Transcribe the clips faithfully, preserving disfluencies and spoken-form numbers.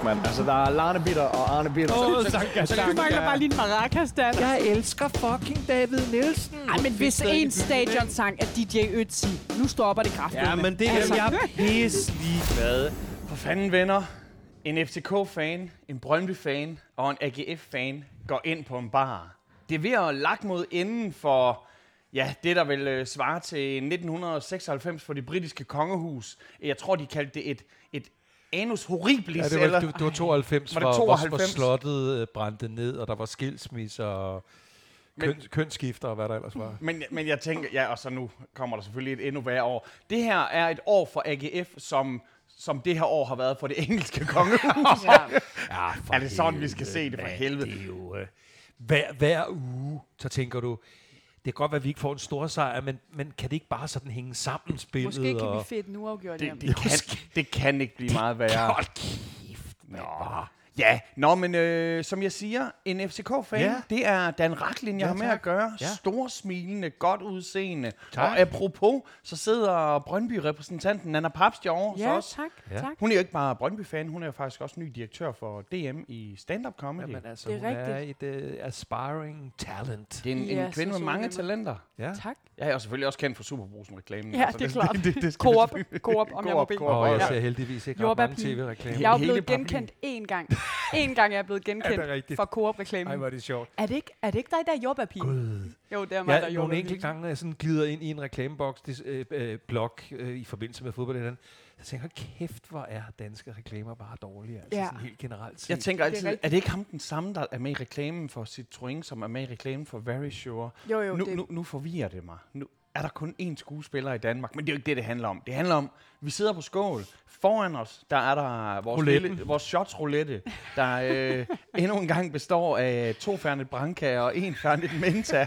fuck, mand. Altså, der er Larne Bitter og Arne Bitter. Åh, Oh, Sanka, Sanka. Du mangler bare lige en maracas, Dan. Jeg elsker fucking David Nielsen. Ej, men hvis en stadionsang er D J Ötzi, nu stopper det kraftigt. Ja, men det er Altså. jeg pisse ligeglad. For fanden, venner. En F C K-fan, en Brøndby-fan og en A G F-fan går ind på en bar. Det er ved at lagt mod enden for, ja, det der vil øh, svare til nitten seksoghalvfems for det britiske kongehus. Jeg tror, de kaldte det et, et anus horribilis. Ja, det var, eller? det, det var tooghalvfems, Var det hvor, tooghalvfems? hvor slottet øh, brændte ned, og der var skilsmisser og køn, kønsskifter og hvad der ellers var. Men, men jeg tænker, ja, og så nu kommer der selvfølgelig et endnu værre år. Det her er et år for A G F, som, som det her år har været for det engelske kongehus. Ja. Ja, Er det sådan, vi skal se det for mand, helvede? Det er jo, øh, hver, hver uge, så tænker du, det kan godt være, at vi ikke får en stor sejr, men, men kan det ikke bare sådan hænge sammen spillet? Måske kan og vi fedt nu afgjort Det, hjem. det, kan, det kan ikke blive meget værre. Hold kæft, mand. Nå. Ja, nå, men øh, som jeg siger, en F C K-fan, Ja. det er Dan Rachlin, jeg Ja, har med tak. at gøre. Ja. Storsmilende, godt udseende. Tak. Og apropos, så sidder Brøndby-repræsentanten Nanna Papst over Ja, hos os. tak, Ja. tak. Hun er jo ikke bare Brøndby-fan, hun er jo faktisk også ny direktør for D M i stand-up comedy. Jamen, altså, Det er hun er rigtigt. et uh, aspiring talent. Det er en, Ja, en så kvinde med så mange nemlig. talenter. Ja. Tak. Jeg er jo selvfølgelig også kendt for Superbrusen-reklamen. Ja, det er klart. Det, det, det skal Coop, vi- Coop, om jeg må Coop, bede. Coop. Og jeg Ja. ser heldigvis ikke ret Jordbær mange pige. tv-reklamer. Jeg er jo Hele blevet paraplyen. genkendt én gang. En gang er jeg blevet Er det genkendt rigtigt? for Coop-reklamen. Ej, hvor er det sjovt. Er det ikke, er det ikke dig, der er jordbærpige? Gud. Jo, det er mig, der er Ja, nogle jordbærpige. enkelte gange, når jeg sådan glider ind i en reklameboks, det, øh, øh, blok øh, i forbindelse med fodbold eller andet, så tænker jeg, kæft, hvor er danske reklamer bare dårlige, altså Ja. sådan helt generelt set. Jeg tænker Det er altid, er, rigtigt. er det ikke ham den samme, der er med i reklamen for Citroën, som er med i reklamen for Very Sure? Jo, jo, nu, det- nu, nu forvirrer det mig. Nu er der kun én skuespiller i Danmark, men det er jo ikke det, det handler om. Det handler om, vi sidder på skål. Foran os, der er der vores, Rouletten. lille, vores shots-roulette, der øh, endnu en gang består af to Fernet Branca og en Fernet Menta.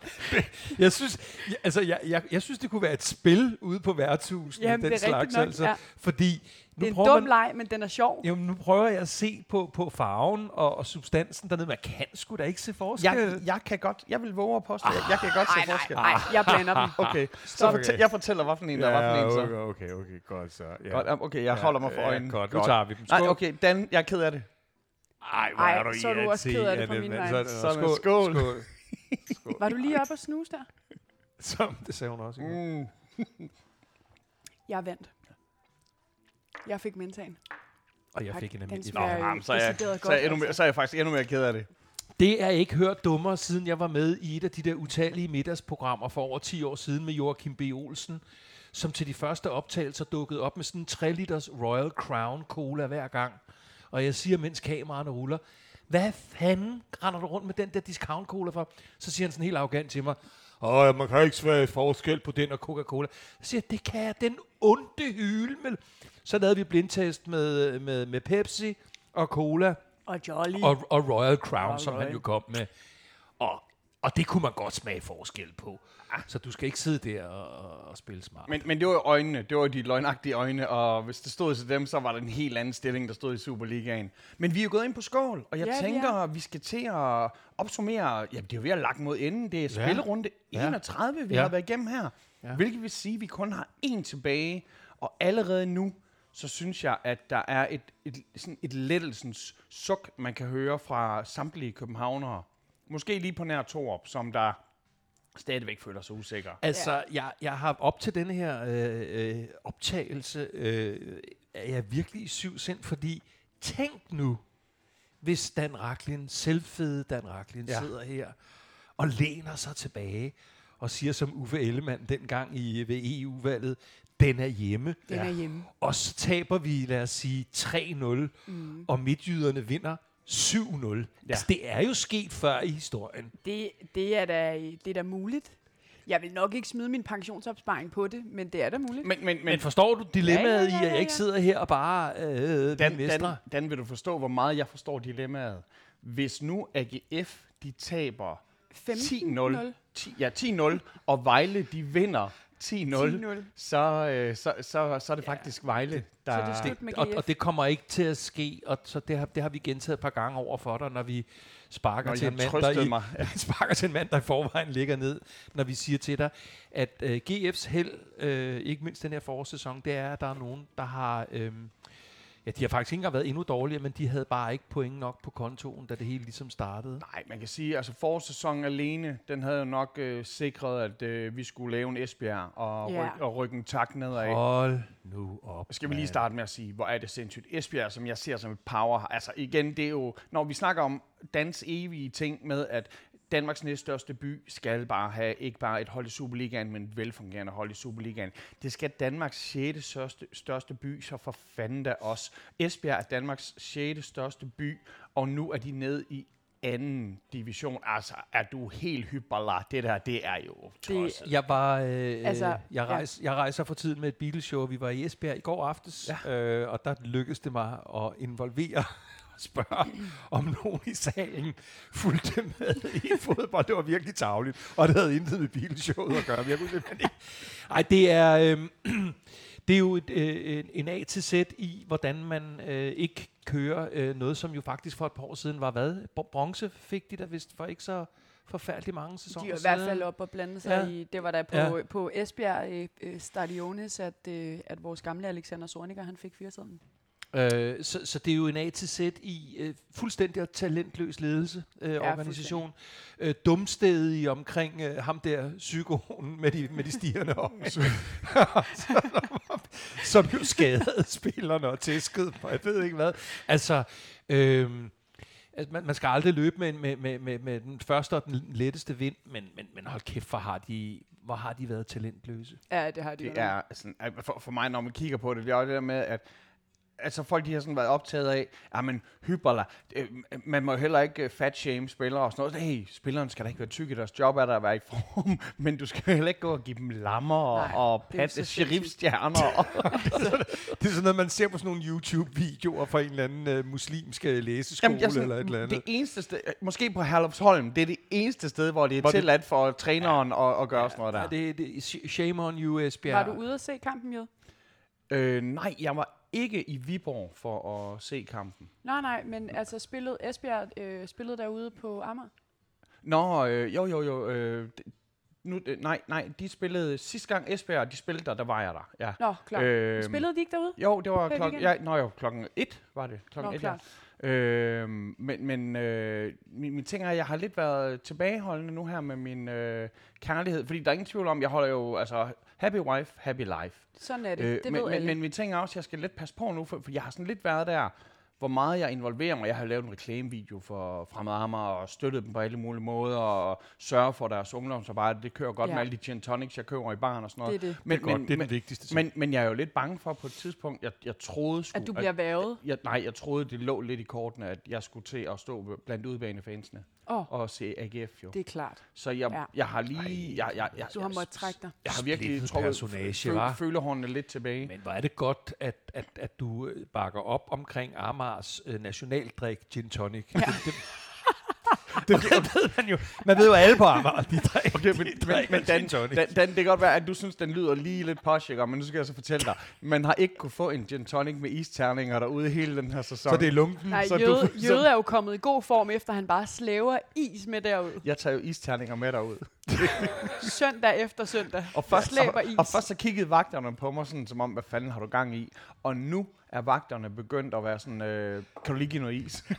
Jeg synes, jeg, altså, jeg, jeg, jeg synes, det kunne være et spil ude på værtshusene, Jamen, den det er slags, rigtigt nok, altså. ja. Fordi nu Det er en prøver dum man, leg, men den er sjov. jo, nu prøver jeg at se på, på farven og, og substansen dernede. Man kan sgu da ikke se forskel. Jeg, jeg kan godt, jeg vil våge at påstå, jeg, jeg kan godt se Nej, forskel. nej, nej, jeg blander dem. Okay, så Stop. fortæl, jeg fortæller, hvad for en der er, hvad for en så. okay, okay, godt så. Ja. Godt, okay, jeg holder mig for øjnene. Ja, godt, nu tager vi dem. Nej, Skål. okay, Dan, jeg er ked af det. Ej, hvor Ej, er du så er du også ked af det på min irriterende, vej. mand. Så- Sådan, Skål. skål. Skål. Skål. Var du lige oppe og snuse der? Som, det sagde hun også. Mm. Mm. Jeg vandt. Jeg fik mentaen. Og jeg Tak. fik en Den almindelig. smager Nå, jo Jamen, så, er jeg, decideret så, er jeg godt, endnu mere, altså. så er jeg faktisk endnu mere ked af det. Det er ikke hørt dummere, siden jeg var med i et af de der utallige middagsprogrammer for over ti år siden med Joachim B. Olsen, som til de første optagelser dukkede op med sådan en tre liters Royal Crown Cola hver gang. Og jeg siger, mens kameraerne ruller, hvad fanden render du rundt med den der discount cola for? Så siger han sådan helt arrogant til mig, åh, man kan ikke svare forskel på den og Coca-Cola. Så siger jeg, det kan jeg, den onde hylmel. Så lavede vi blindtest med, med, med Pepsi og Cola Og Jolly. og, og Royal Crown, Og som Royal. han jo kom med. Og, og det kunne man godt smage forskel på. Så du skal ikke sidde der og, og spille smart. Men, men det var jo øjnene, det var de løgnagtige øjne, og hvis det stod til dem, så var det en helt anden stilling, der stod i Superligaen. Men vi er jo gået ind på skål, og jeg Ja, vi tænker, er. vi skal til at opsummere, ja, det er jo ved at lagt mod enden, det er spillerunde Ja. enogtredive, vi Ja. har været igennem her. Ja. Hvilket vil sige, at vi kun har én tilbage, og allerede nu, så synes jeg, at der er et, et, sådan et lettelsens suk, man kan høre fra samtlige københavnere. Måske lige på nær Torup, som der stadigvæk føler sig usikker. Altså, jeg, jeg har op til denne her øh, øh, optagelse, øh, er jeg virkelig i syv sind, fordi tænk nu, hvis Dan Rachlin, selvfede Dan Rachlin, Ja. ja. sidder her og læner sig tilbage og siger som Uffe Ellemann dengang i, ved E U-valget, den er hjemme. Den er hjemme. Og så taber vi, lad os sige, tre nul, mm. og midtjyderne vinder syv nul. Ja. Altså, det er jo sket før i historien. Det, det, er da, det er da muligt. Jeg vil nok ikke smide min pensionsopsparing på det, men det er da muligt. Men, men, men Men forstår du dilemmaet Ja, ja, ja, i, at jeg ja, ikke ja. sidder her og bare øh, Dan, mestre? Dan, Dan, vil du forstå, hvor meget jeg forstår dilemmaet? Hvis nu A G F, de taber ti nul, ti, ja, ti nul, og Vejle, de vinder ti nul, ti nul. så, øh, så, så, så er det faktisk Vejle, der... Så det er slut med Og, G F. og det kommer ikke til at ske, og så det har, det har vi gentaget et par gange over for dig, når vi sparker, Når I til har en, mand, trøstet der i, mig. sparker til en mand, der i forvejen ligger ned, når vi siger til dig, at øh, G F's held, øh, ikke mindst den her forårssæson, det er, at der er nogen, der har øh, Ja, de har faktisk ikke engang været endnu dårligere, men de havde bare ikke point nok på kontoen, da det hele ligesom startede. Nej, man kan sige, altså forårssæsonen alene, den havde jo nok øh, sikret, at øh, vi skulle lave en Esbjerg og, Ja. ryk, og rykke en tak nedad. Hold nu op. Skal vi lige starte med at sige, hvor er det sindssygt. Esbjerg, som jeg ser som et power, altså igen, det er jo, når vi snakker om dans evige ting med, at Danmarks næststørste by skal bare have ikke bare et hold i Superligaen, men et velfungerende hold i Superligaen. Det skal Danmarks sjette største, største by, så for fanden da os. Esbjerg er Danmarks sjette største by, og nu er de nede i anden division. Altså, er du helt hyperlar? Det der, det er jo tosset. Jeg var, øh, Altså, jeg, rejs, ja. jeg rejser for tiden med et Beatles-show. Vi var i Esbjerg i går aftes, Ja. øh, og der lykkedes det mig at involvere og spørge, om nogen i salen fulgte med i fodbold. Det var virkelig tarveligt, og det havde intet med Beatles-showet at gøre. Men jeg kunne simpelthen ikke. Ej, det er, øh, det er jo et, øh, en A til Z i, hvordan man øh, ikke kører øh, noget, som jo faktisk for et par år siden var hvad? Br- bronze fik de der vist for ikke så forfærdeligt mange sæsoner De er i siden. hvert fald op og blande sig Ja. i, det var der på, Ja. ja. på Esbjerg øh, øh, Stadiones, at, øh, at vores gamle Alexander Zorniger, han fik firesedlen. Øh, så, så det er jo en A til Z i øh, fuldstændig talentløs ledelse, øh, Ja, organisation. Øh, dumstedig omkring øh, ham der psykoen med de, med de stigende øjne. Som jo skadede spillerne og tæskede, og jeg ved ikke hvad. Altså, øh, altså man, man skal aldrig løbe med, med, med, med, med den første og den letteste vind, men, men, men hold kæft, hvor har de, hvor har de været talentløse. Ja, det har de Det jo. er sådan, at for, for mig, når man kigger på det, det er jo det der med, at altså folk, de har sådan været optaget af, at man hyperler. Øh, man må jo heller ikke uh, fat shame spillere og sådan noget. Hey, spilleren skal da ikke være tykke, deres job er der at være i form, men du skal heller ikke gå og give dem lammer Nej, og, og det er jo pat, så sheriffstjerner. Og Det er sådan noget, man ser på sådan nogle YouTube-videoer fra en eller anden øh, muslimsk øh, læseskole Jamen, jeg er sådan, eller et eller andet. det eneste sted, måske på Herlufsholm, det er det eneste sted, hvor det er Hvor det- tilladt for træneren at, at gøre sådan noget der. Ja, det, det, sh- shame on you, Esbjerg. Var du ude at se kampen, jo? Øh, nej, jeg var ikke i Viborg for at se kampen. Nej, nej, men altså spillede Esbjerg øh, spillede derude på Amager? Nå, øh, jo, jo, jo. Øh, d- nu, øh, nej, nej, de spillede sidste gang Esbjerg, de spillede der, der var jeg der. Ja. Nå, klart. Øhm, Spillede de ikke derude? Jo, det var Her i klokken, ja, nå, jo, klokken et var det. Klokken Nå, et, klart. ja. Øh, men men øh, min, min ting er, at jeg har lidt været tilbageholdende nu her med min øh, kærlighed, fordi der er ingen tvivl om, jeg holder jo, altså, happy wife, happy life. Sådan er det. Øh, det men, ved men, alle. men min ting er også, at jeg skal lidt passe på nu, for, for jeg har sådan lidt været der, hvor meget jeg involverer mig. Jeg har lavet en reklamevideo for Fremad Amager og støttet dem på alle mulige måder og sørget for deres ungdomsarbejde. Det kører godt Ja. med alle de gin tonics, jeg køber i baren og sådan noget. Det er det. Men, Det er godt, men, det er men, den vigtigste ting. men, men jeg er jo lidt bange for på et tidspunkt, jeg, jeg troede sgu, At du bliver værvet? jeg, nej, jeg troede, det lå lidt i kortene, at jeg skulle til at stå blandt udbanefansene Åh, og se A G F jo. det er klart. Så jeg, Ja. jeg har lige... Jeg, jeg, jeg, Du har jeg, måttet trække dig. jeg har virkelig Splittet trukket personage, føl, hva'? følehornene lidt tilbage. Men hvor er det godt, at, at, at du øh, bakker op omkring Amagers øh, nationaldrik gin tonic. Ja. Det, det, det, det, ved man jo. Man ved jo alle på Amager, de drikker, Okay, men, de men, drikker men Dan, gin tonic. Dan, Dan, det kan godt være, at du synes, den lyder lige lidt posh, ikke? Men nu skal jeg så fortælle dig, man har ikke kunne få en gin tonic med isterninger derude hele den her sæson. Så det er lunken. Nej, så du- Jøde, så- Jøde er jo kommet i god form, efter han bare slæver is med derud. Jeg tager jo isterninger med derud. Søndag efter søndag. Og først, Slæber og, is. og først så kiggede vagterne på mig sådan, som om, hvad fanden har du gang i? Og nu er vagterne begyndt at være sådan, øh, kan du lige give noget is? Det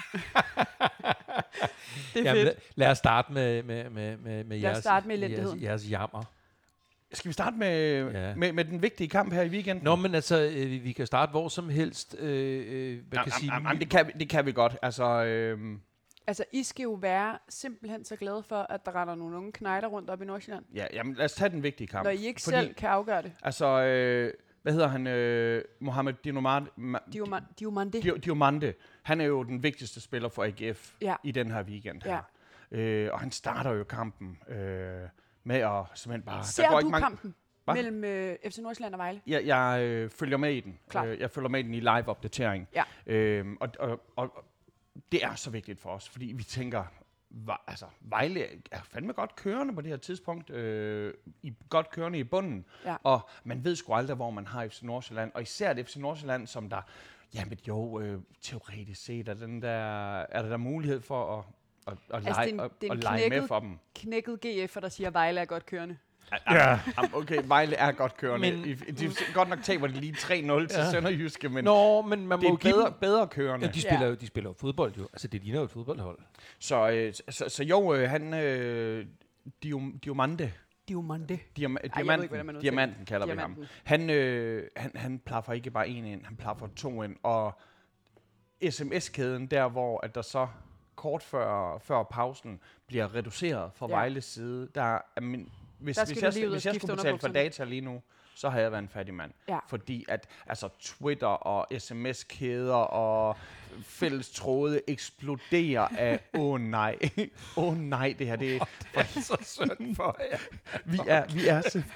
er Jamen, lad, fedt. lad os starte med, med, med, med, med Lad os jeres, starte med jeres, elendigheden. jeres jammer. Skal vi starte med, Ja. med, med den vigtige kamp her i weekenden? Nå, men altså, øh, vi- vi kan starte hvor som helst. Øh, øh, hvad kan sige? Jamen, det, kan, vi- det kan vi godt. Altså, øh, Altså, I skal jo være simpelthen så glade for, at der render nogle unge knejder rundt op i Nordsjælland. ja, jamen, lad os tage den vigtige kamp. Når I ikke Fordi- selv kan afgøre det. Altså, øh, hvad hedder han? Øh, Mohamed Diomande. Dioma- Diomande. Dio- Diomande. Han er jo den vigtigste spiller for A G F Ja. i den her weekend her. Ja. Øh, og han starter jo kampen øh, med at simpelthen bare... Ser går du mange- kampen Hva? mellem øh, F C Nordsjælland og Vejle? Jeg, jeg øh, følger med i den. Klart. Øh, jeg følger med i den i live-opdatering. Ja. Øhm, og, og, og det er så vigtigt for os, fordi vi tænker, hva, altså, Vejle er fandme godt kørende på det her tidspunkt. Øh, i, godt kørende i bunden. Ja. Og man ved sgu aldrig, hvor man har F C Nordsjælland. Og især det F C Nordsjælland, som der... Jamen jo, øh, teoretisk set er, den der, er der der mulighed for at, at, at, Altså, lege, det er en- at, det er en at lege med knækket- for dem. Knækket G F'er, der siger, at Vejle er godt kørende. Ja. Okay, Vejle er godt kørende. Men- I- de er godt nok taber de lige tre nul til Ja. Sønderjyske, men Nå, men man må det jo er give bedre, dem- bedre kørende. Ja, de spiller, jo, de spiller jo fodbold jo. Altså, det ligner jo et fodboldhold. Så, øh, så, så jo, øh, han... Øh, Diom, Diomande. Diamante. Diam, ikke, diamanten, hvordan man udtaler diamanten kalder Diamanten. vi ham. Han, øh, han, han plaffer ikke bare en ind, han plaffer to ind. Og sms-kæden, der hvor at der så kort før, før pausen bliver reduceret fra Ja. ja. Vejles side, der er min, hvis, Der skal hvis, du jeg, lige ud og hvis jeg skifte skulle betale for underbukserne. data lige nu, så havde jeg været en fattig mand. Ja. Fordi at altså, Twitter og sms-kæder og fælles tråde eksploderer af, åh oh, nej, åh oh, nej, det her, det er, Det er så synd for jer. vi er, vi er så,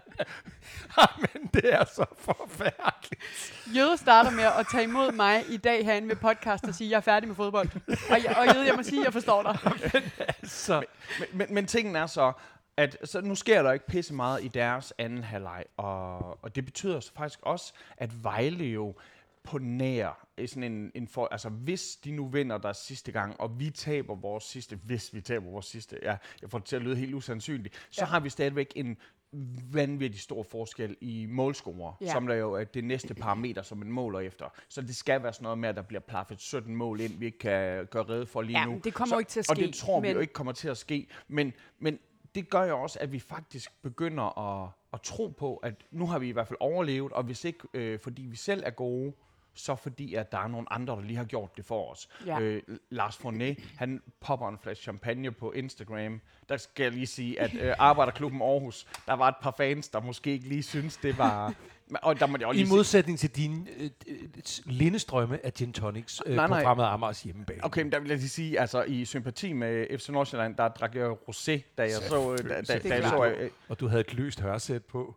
Men det er så forfærdeligt. Jøde starter med at tage imod mig i dag herinde ved podcast og sige, at jeg er færdig med fodbold. Og, jeg, og Jøde, jeg må sige, at jeg forstår dig. Så, men, men, men tingen er så, at så nu sker der ikke pisse meget i deres anden halvleg, og, og det betyder så faktisk også, at Vejle jo på nær sådan en, en for, altså hvis de nu vinder deres sidste gang, og vi taber vores sidste, hvis vi taber vores sidste, ja, jeg får det til at lyde helt usandsynligt, så Ja. har vi stadigvæk en vanvittig stor forskel i målscorer, Ja. ja. som der jo er det næste parameter, som man måler efter. Så det skal være sådan noget med, at der bliver plaffet sytten mål ind, vi ikke kan gøre rede for lige Ja, nu. men det kommer så, jo ikke til at Og ske, det tror vi men- jo ikke kommer til at ske, men, men det gør jo også, at vi faktisk begynder at, at tro på, at nu har vi i hvert fald overlevet, og hvis ikke øh, fordi vi selv er gode, så fordi at der er nogle andre, der lige har gjort det for os. Ja. Øh, Lars Fournet, han popper en flaske champagne på Instagram. Der skal jeg lige sige, at øh, Arbejderklubben Aarhus, der var et par fans, der måske ikke lige synes det var... Og der må jeg også i lige sige, modsætning til dine øh, øh, lindestrømme af gin tonics øh, Nej, på nej. Fremad Amagers hjemmebane. okay, men der vil jeg lige sige, altså i sympati med F C Nordsjælland, der drak jeg rosé, da jeg så, øh, da, da, Det er da jeg så klart. øh, Og du havde et løst hørsæt på.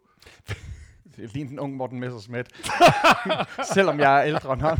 lige en ung Morten Messerschmidt. Selvom jeg er ældre end ham.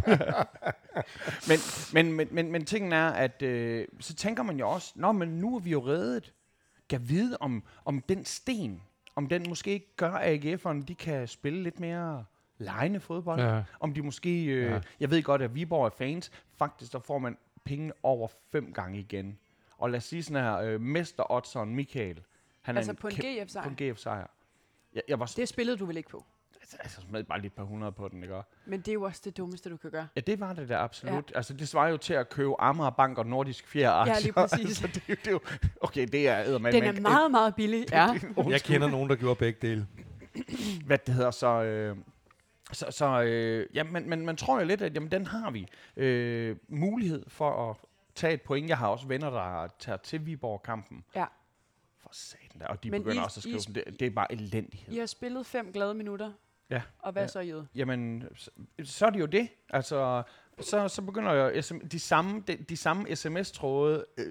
men, men, men, men, men tingen er, at øh, så tænker man jo også, nå, men nu er vi jo reddet. Kan vide om, om den sten, om den måske ikke gør, at A G F'erne, de kan spille lidt mere legende fodbold. Ja. Om de måske, øh, Ja. jeg ved godt, at Viborg er fans. Faktisk, der får man penge over fem gange igen. Og lad os sige sådan her, øh, mester Oddson Michael. Han Altså er på en kæm- G F-sejr. På en G F-sejr. Jeg, jeg var Det spillede du vel ikke på? altså, altså smed bare lige et par hundrede på den, ikke? Men det er jo også det dummeste, du kan gøre. Ja, det var det der absolut. Ja. Altså, det svarer jo til at købe Amager Bank og Nordisk Fjer aktier. Ja, lige præcis. altså, det, er jo- det er jo, okay, det er eddermand. Den er meget, meget billig. Ja. Jeg kender nogen, der gjorde begge dele. Hvad det hedder, så... Øh, så, så øh, ja, men, men man tror jo lidt, at jamen, den har vi. Øh, mulighed for at tage et point. Jeg har også venner, der tager til Viborg-kampen. Ja. For satan da. Og de Men begynder I- også at skrive, I- dem. det, det er bare elendighed. I har spillet fem glade minutter. Ja. Og hvad Ja. så, Jøde? Jamen, så, så er det jo det. Altså, så, så begynder jo S M, de samme, de, de samme sms-tråde, øh,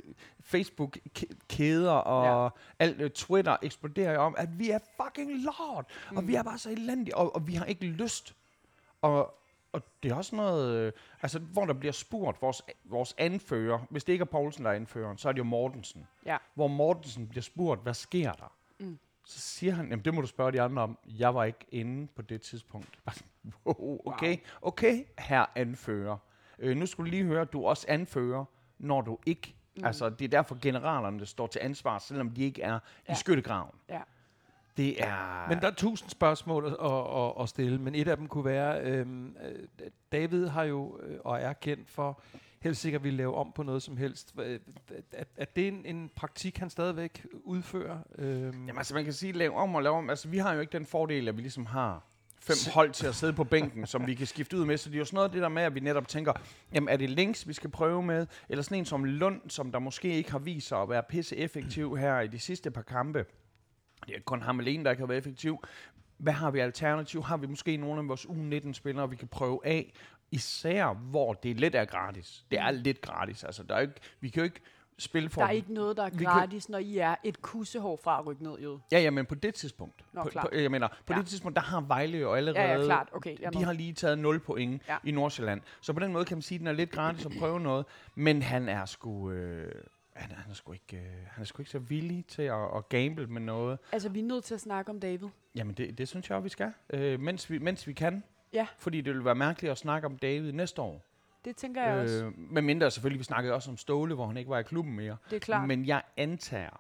Facebook-kæder og ja. alt øh, Twitter eksploderer jo om, at vi er fucking lort, mm. og vi er bare så elendige, og, og vi har ikke lyst. Og, og det er også noget, øh, altså, hvor der bliver spurgt vores, vores anfører, hvis det ikke er Poulsen, der er anføreren, så er det jo Mortensen. Ja. Hvor Mortensen bliver spurgt, hvad sker der? Mm. Så siger han, jamen det må du spørge de andre om. Jeg var ikke inde på det tidspunkt. Wow, okay, okay, herr anfører. Øh, nu skulle du lige høre, at du også anfører, når du ikke. Mm. Altså, det er derfor generalerne, der står til ansvar, selvom de ikke er Ja. i skyttegraven. Ja. Det er... Men der er tusind spørgsmål at, at, at, at stille, men et af dem kunne være, øhm, øh, David har jo øh, og er kendt for, helt sikkert vil lave om på noget som helst. Hva- Er, er det en, en praktik, han stadigvæk udfører? Øhm, Jamen altså, man kan sige, lave om og lave om. Altså, vi har jo ikke den fordel, at vi ligesom har fem hold til at sidde på bænken, som vi kan skifte ud med. Så det er jo sådan noget af det der med, at vi netop tænker, jamen er det links, vi skal prøve med? Eller sådan en som Lund, som der måske ikke har vist sig at være pisse effektiv her i de sidste par kampe. Det er kun ham alene, der ikke har været effektiv. Hvad har vi alternativ? Har vi måske nogle af vores U nitten-spillere, vi kan prøve af? Især hvor det lidt er gratis. Det er lidt gratis. Altså, der er ikke, vi kan jo ikke spille for... Der er ikke noget, der er Vi kan- gratis, når I er et kussehår fra at rykke ned, Jøde. Ja, ja, men på det tidspunkt. Nå, på, klart. på, jeg mener, på Ja. det tidspunkt, der har Vejle jo allerede... Ja, ja, klart. Okay, jeg er de med. har lige taget nul point Ja. i Nordsjælland. Så på den måde kan man sige, at den er lidt gratis at prøve noget. Men han er sgu... Øh, han, er- han, er sgu ikke, øh, han er sgu ikke så villig til at, at gamble med noget. Altså, vi er nødt til at snakke om David. Jamen, det, det synes jeg også, vi skal. Øh, mens, vi, mens vi kan. Ja. Fordi det vil være mærkeligt at snakke om David næste år. Det tænker jeg også. Øh, med mindre selvfølgelig, vi snakkede også om Ståle, hvor han ikke var i klubben mere. Det er klart. Men jeg antager,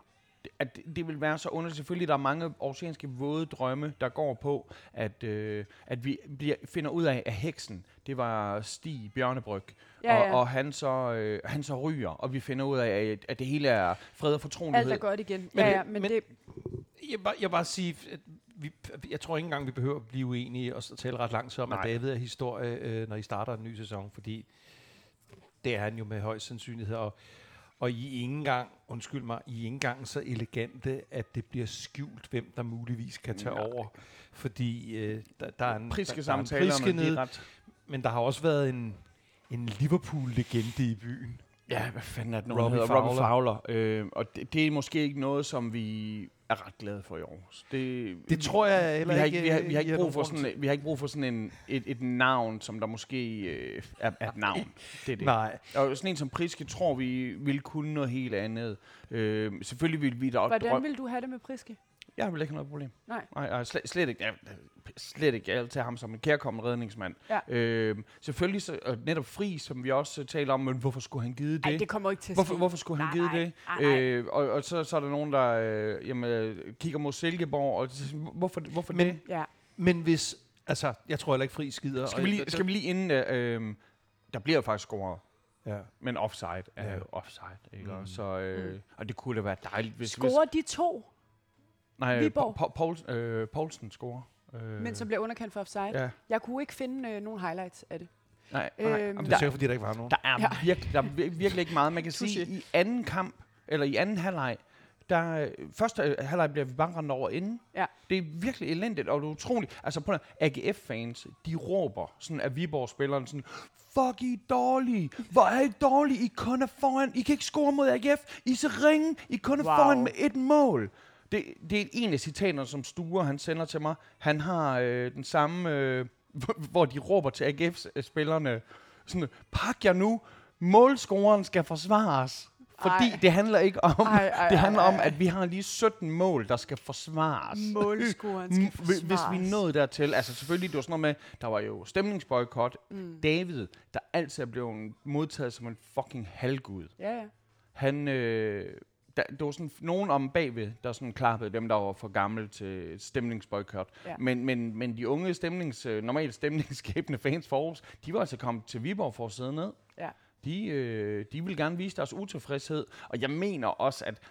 at det, det vil være så underligt. Selvfølgelig, der er mange oceanske våde drømme, der går på, at, øh, at vi bliver, finder ud af, at heksen, det var Stig Bjørnebryg, Ja, og, ja. og han, så, øh, han så ryger, og vi finder ud af, at, at det hele er fred og fortrolighed. Alt er godt igen. Men ja, det- ja, men, men- det... Jeg vil bare, jeg vil bare sige, at vi, jeg tror ikke engang, vi behøver at blive uenige og så tale ret langsomt, at Nej. David er historie, øh, når I starter en ny sæson, fordi det er han jo med høj sandsynlighed. Og, og I er ikke engang, undskyld mig, I er ikke engang så elegante, at det bliver skjult, hvem der muligvis kan tage Nej. over. Fordi øh, der, der er en, Priske der, der er en samtaler, priske men det nede, er ret... men der har også været en, en Liverpool-legende i byen. Ja, hvad fanden er det nu, Robbie han hedder? Robbie Fowler. Fowler. Øh, og det, det er måske ikke noget, som vi er ret glade for i Aarhus. Det, Det tror jeg heller vi har ikke, ikke, vi har, vi har I ikke har brug nogen for grund sådan, vi har ikke brug for sådan en, et, et navn, som der måske øh, er, er et navn. Det er det. Nej. Og sådan en som Priske tror vi vil kunne noget helt andet. Øh, selvfølgelig vil vi da også Hvordan drømme. vil du have det med Priske? Jeg vil ikke have noget problem. Nej. Nej, nej slet, slet ikke. Jeg, slet ikke. Jeg vil tage ham som en kærkommen redningsmand. Ja. Øh, selvfølgelig så, og netop Fri, som vi også uh, taler om, men hvorfor skulle han give det? Nej, det kommer ikke til at Hvorfor, ske. hvorfor skulle han Nej, give nej. det? Nej, nej. Øh, og, og så, så er der nogen, der øh, jamen, øh, kigger mod Silkeborg, og siger, hvorfor, hvorfor Men- det? Ja. Men hvis, altså, jeg tror heller ikke Fri skider. Skal vi lige, skal vi lige inden, øh, øh, der bliver jo faktisk scoret, Ja. men offside er Ja. jo offside, ikke? Mm. Mm. Så, øh, Mm. og det kunne da være dejligt, hvis... Scorer de to, hvis nej, Viborg? Pa- Pa- Poulsen, øh, Poulsen scorer. Øh, men som bliver underkendt for offside? ja. Jeg kunne ikke finde øh, nogen highlights af det. Nej, Øhm, nej. Det Jamen, Det er der, sikkert, fordi der ikke var nogen. der, er Ja. virkelig, der er vir- virkelig ikke meget. Man kan sige, Touché. i anden kamp, eller i anden halvleg, der øh, første øh, halvleg bliver vi bare rendt over inden. Ja. Det er virkelig elendigt, og det er utroligt. Altså på A G F-fans, de råber sådan af Viborg-spillerne sådan, fuck, I er dårlige. Hvor er I dårlige? I kun er foran. I kan ikke score mod A G F. I er så ringe. I kun er Wow. foran med et mål. Det, det er en af citaterne, som Sture han sender til mig. Han har øh, den samme, øh, hvor de råber til A G F-spillerne, sådan, pak jer nu. Målscoren skal forsvares. Fordi Ej. det handler ikke om, Ej, ej, det handler ej, om, ej. at vi har lige sytten mål, der skal forsvares. Målscoren skal Mm, Hvis vi forsvares. nåede dertil, altså selvfølgelig, det var sådan noget med, der var jo stemningsboykot. Mm. David, der altid er blevet modtaget som en fucking halvgud. Ja, ja. Han, øh, der, der var sådan nogen om bagved, der sådan klappede dem, der var for gamle til stemningsboykot. Ja. Men, men, men de unge stemnings, øh, normalt stemningsskabende fans for Aarhus, de var altså kommet til Viborg for at sidde ned. Ja. De, øh, de vil gerne vise deres utilfredshed, og jeg mener også, at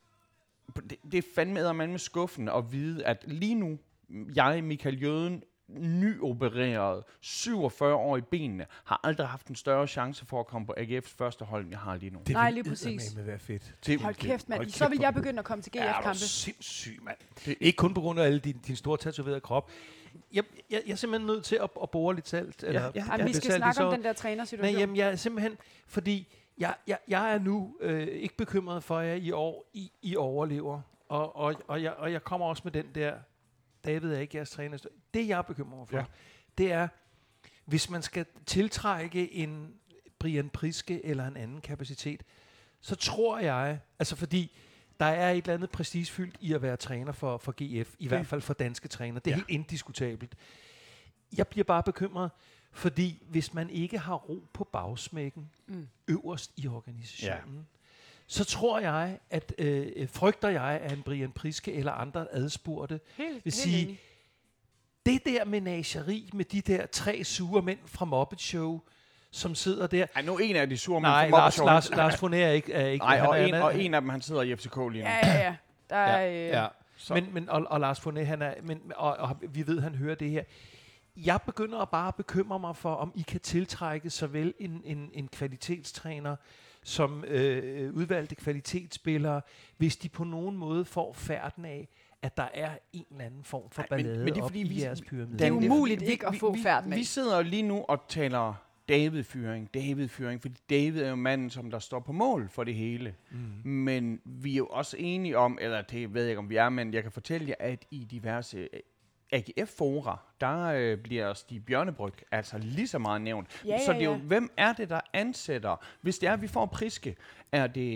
det, det er fandme eddermame skuffende at vide, at lige nu, jeg, Michael Jøden, nyopereret, syvogfyrre år i benene, har aldrig haft en større chance for at komme på A G F's første hold, end jeg har lige nu. Det Nej, vil lige præcis. eddermame være fedt. Det, Hold kæft, mand. Hold Så kæft, vil hvor jeg vi- begynde at komme til Ja, er du G F-kampe. sindssyg, mand. Ikke kun på grund af alle din, din store tatoverede krop. Jeg, jeg, jeg er simpelthen nødt til at, at bore lidt salt. Eller, ja, Jamen, ja, vi det skal salt i snakke om såret. den der Nej, trænersituation. jamen, jeg er simpelthen, fordi jeg, jeg, jeg er nu øh, ikke bekymret for, at jeg i år I, I overlever. Og, og, og, jeg, og jeg kommer også med den der, David er ikke jeres træner. Det jeg bekymrer mig for, Ja. ja. det er, hvis man skal tiltrække en Brian Priske eller en anden kapacitet, så tror jeg, altså fordi der er et eller andet prestigefyldt i at være træner for, for G F, i Det- hvert fald for danske træner. Det er Ja. ja. helt indiskutabelt. Jeg bliver bare bekymret, fordi hvis man ikke har ro på bagsmækken Mm. øverst i organisationen, ja. så tror jeg, at øh, frygter jeg, at en Brian Priske eller andre adspurgte Helt, vil helt sige, enig. det der menageri med de der tre sure mænd fra Muppet Show, som sidder der. Ej, nu en af de sure Nej, mænd fra Lars, Muppet Lars, Show. Lars Foné er ikke... Er ikke Nej, han og, er, en, han er- og en af dem, han sidder i F C K lige nu. Ja, ja, ja. Der er, Ja, øh, ja. Så- Men, men, og, og Lars Foné, han er, men, og, og vi ved, han hører det her. Jeg begynder at bare at bekymre mig for, om I kan tiltrække såvel en, en, en kvalitetstræner som øh, udvalgte kvalitetsspillere, hvis de på nogen måde får færden af, at der er en eller anden form for Ej, men- ballade men det er op fordi, i vi- jeres pyramide. Det er Dan, umuligt fordi ikke at få færden af. Vi sidder jo lige nu og taler David-fyring, David-fyring, fordi David er jo manden, som der står på mål for det hele. Mm. Men vi er jo også enige om, eller det ved jeg ikke, om vi er, men jeg kan fortælle jer, at i diverse øh, A G F-fora, der øh, bliver Stig Bjørnebryg altså lige så meget nævnt. Ja, så ja, det er jo, ja. hvem er det, der ansætter? Hvis det er, at vi får Priske, er det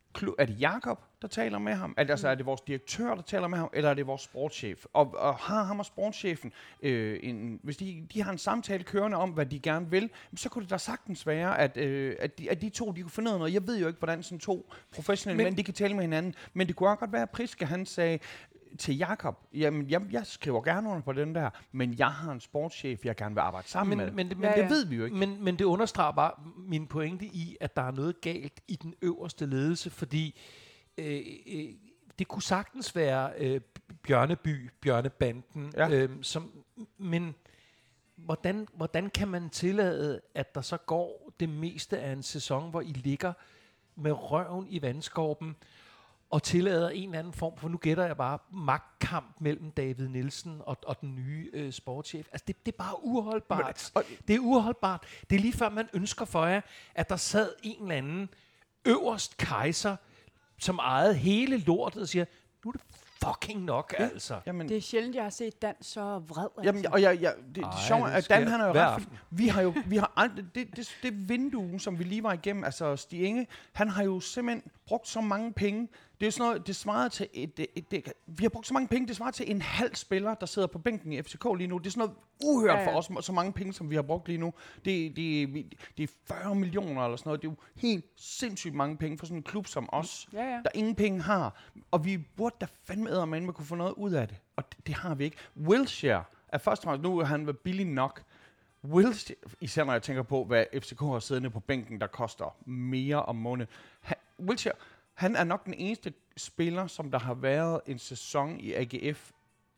klu- er det Jakob, der taler med ham? Er det, altså, er det vores direktør, der taler med ham? Eller er det vores sportschef? Og, og har ham og sportschefen, øh, en, hvis de, de har en samtale kørende om, hvad de gerne vil, så kunne det da sagtens være, at, øh, at, de, at de to, de kunne finde ud af noget. Jeg ved jo ikke, hvordan sådan to professionelle Men- mænd, de kan tale med hinanden. Men det kunne også godt være, at Priske, han sagde til Jakob, jamen, jeg, jeg skriver gerne under på den der, men jeg har en sportschef, jeg gerne vil arbejde sammen Men, med. men, men, Ja, Men ja. det ved vi jo ikke. Men, men det understreger bare min pointe i, at der er noget galt i den øverste ledelse, fordi øh, øh, det kunne sagtens være øh, Bjørneby, Bjørnebanden, Ja. øh, som, men hvordan, hvordan kan man tillade, at der så går det meste af en sæson, hvor I ligger med røven i vandskorpen, og tillader en eller anden form, for nu gætter jeg bare, magtkamp mellem David Nielsen og, og den nye øh, sportschef. Altså, det, det er bare uholdbart. Men- Det er uholdbart. Det er lige før, man ønsker for jer, at der sad en eller anden øverst kejser, som ejede hele lortet og siger, nu er det fucking nok, ja. altså. Jamen, Det er sjældent, jeg har set Dan så vred. Altså. Jamen, og jeg, jeg, det, det Ej, sjove er, det at sker Dan, han har jo hver ret, fordi vi har jo, vi har aldrig, det, det, det vindue, som vi lige var igennem, altså Stig Inge, han har jo simpelthen brugt så mange penge. Det er jo sådan noget, det svarer til, et, et, et, et, vi har brugt så mange penge, det svarer til en halv spiller, der sidder på bænken i F C K lige nu. Det er sådan noget uhørt Ja, ja. for os, så mange penge, som vi har brugt lige nu. Det, det, vi- det er fyrre millioner eller sådan noget. Det er jo helt sindssygt mange penge for sådan en klub som os, Ja, ja. der ingen penge har. Og vi burde da fandme eddermame med kunne få noget ud af det. Og det, det har vi ikke. Wilshere er først og fremmest, nu er han været billig nok. Wilshere, især når jeg tænker på, hvad F C K har siddende på bænken, der koster mere om måneden. Han, Wilshere, han er nok den eneste spiller, som der har været en sæson i A G F,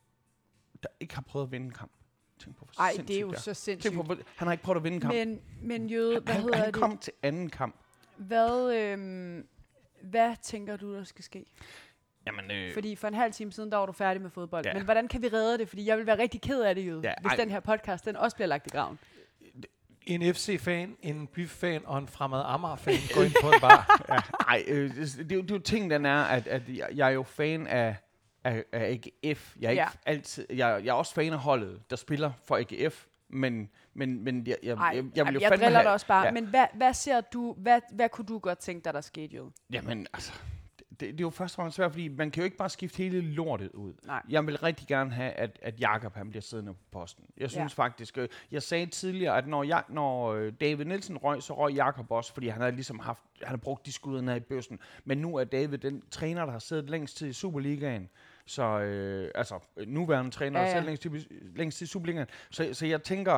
der ikke har prøvet at vinde en kamp. Tænk på, hvor Ej, det er sindssygt jo er. så Tænk sindssygt. på, hvor, han har ikke prøvet at vinde en kamp. Men, men Jøde, hvad han, hedder han det? kom til anden kamp. Hvad, øhm, hvad tænker du, der skal ske? Jamen, øh, Fordi for en halv time siden, der var du færdig med fodbold. Ja. Men hvordan kan vi redde det? Fordi jeg vil være rigtig ked af det, Jøde, Ja, hvis ej. den her podcast, den også bliver lagt i graven. En F C-fan, en By-fan og en fremad Amager-fan går ind på en bar. Nej, øh, det, det, er jo- det er jo ting, den er, at, at jeg, jeg er jo fan af, af, af A G F. Jeg er, ikke Ja. altid, jeg, jeg er også fan af holdet, der spiller for A G F, men, men, men jeg, jeg, Ej, jeg, jeg, vil jamen, jo jeg fandme driller have, dig også bare. Ja, Men hvad, hvad ser du, hvad, hvad kunne du godt tænke dig, der skete, Jøde? jamen, altså, det, det er jo først og fremmest svært, fordi man kan jo ikke bare skifte hele lortet ud. Nej. Jeg vil rigtig gerne have, at, at Jakob han bliver siddende på posten. Jeg synes Ja. faktisk, øh, jeg sagde tidligere, at når, jeg, når øh, David Nielsen røg, så røg Jakob også, fordi han havde ligesom haft, han har brugt de skud ned i bøssen. Men nu er David den træner, der har siddet længst tid i Superligaen. Så øh, altså, nuværende træner, Ja, der ja. har siddet længst, tid i- længst tid i Superligaen. Så, så jeg tænker,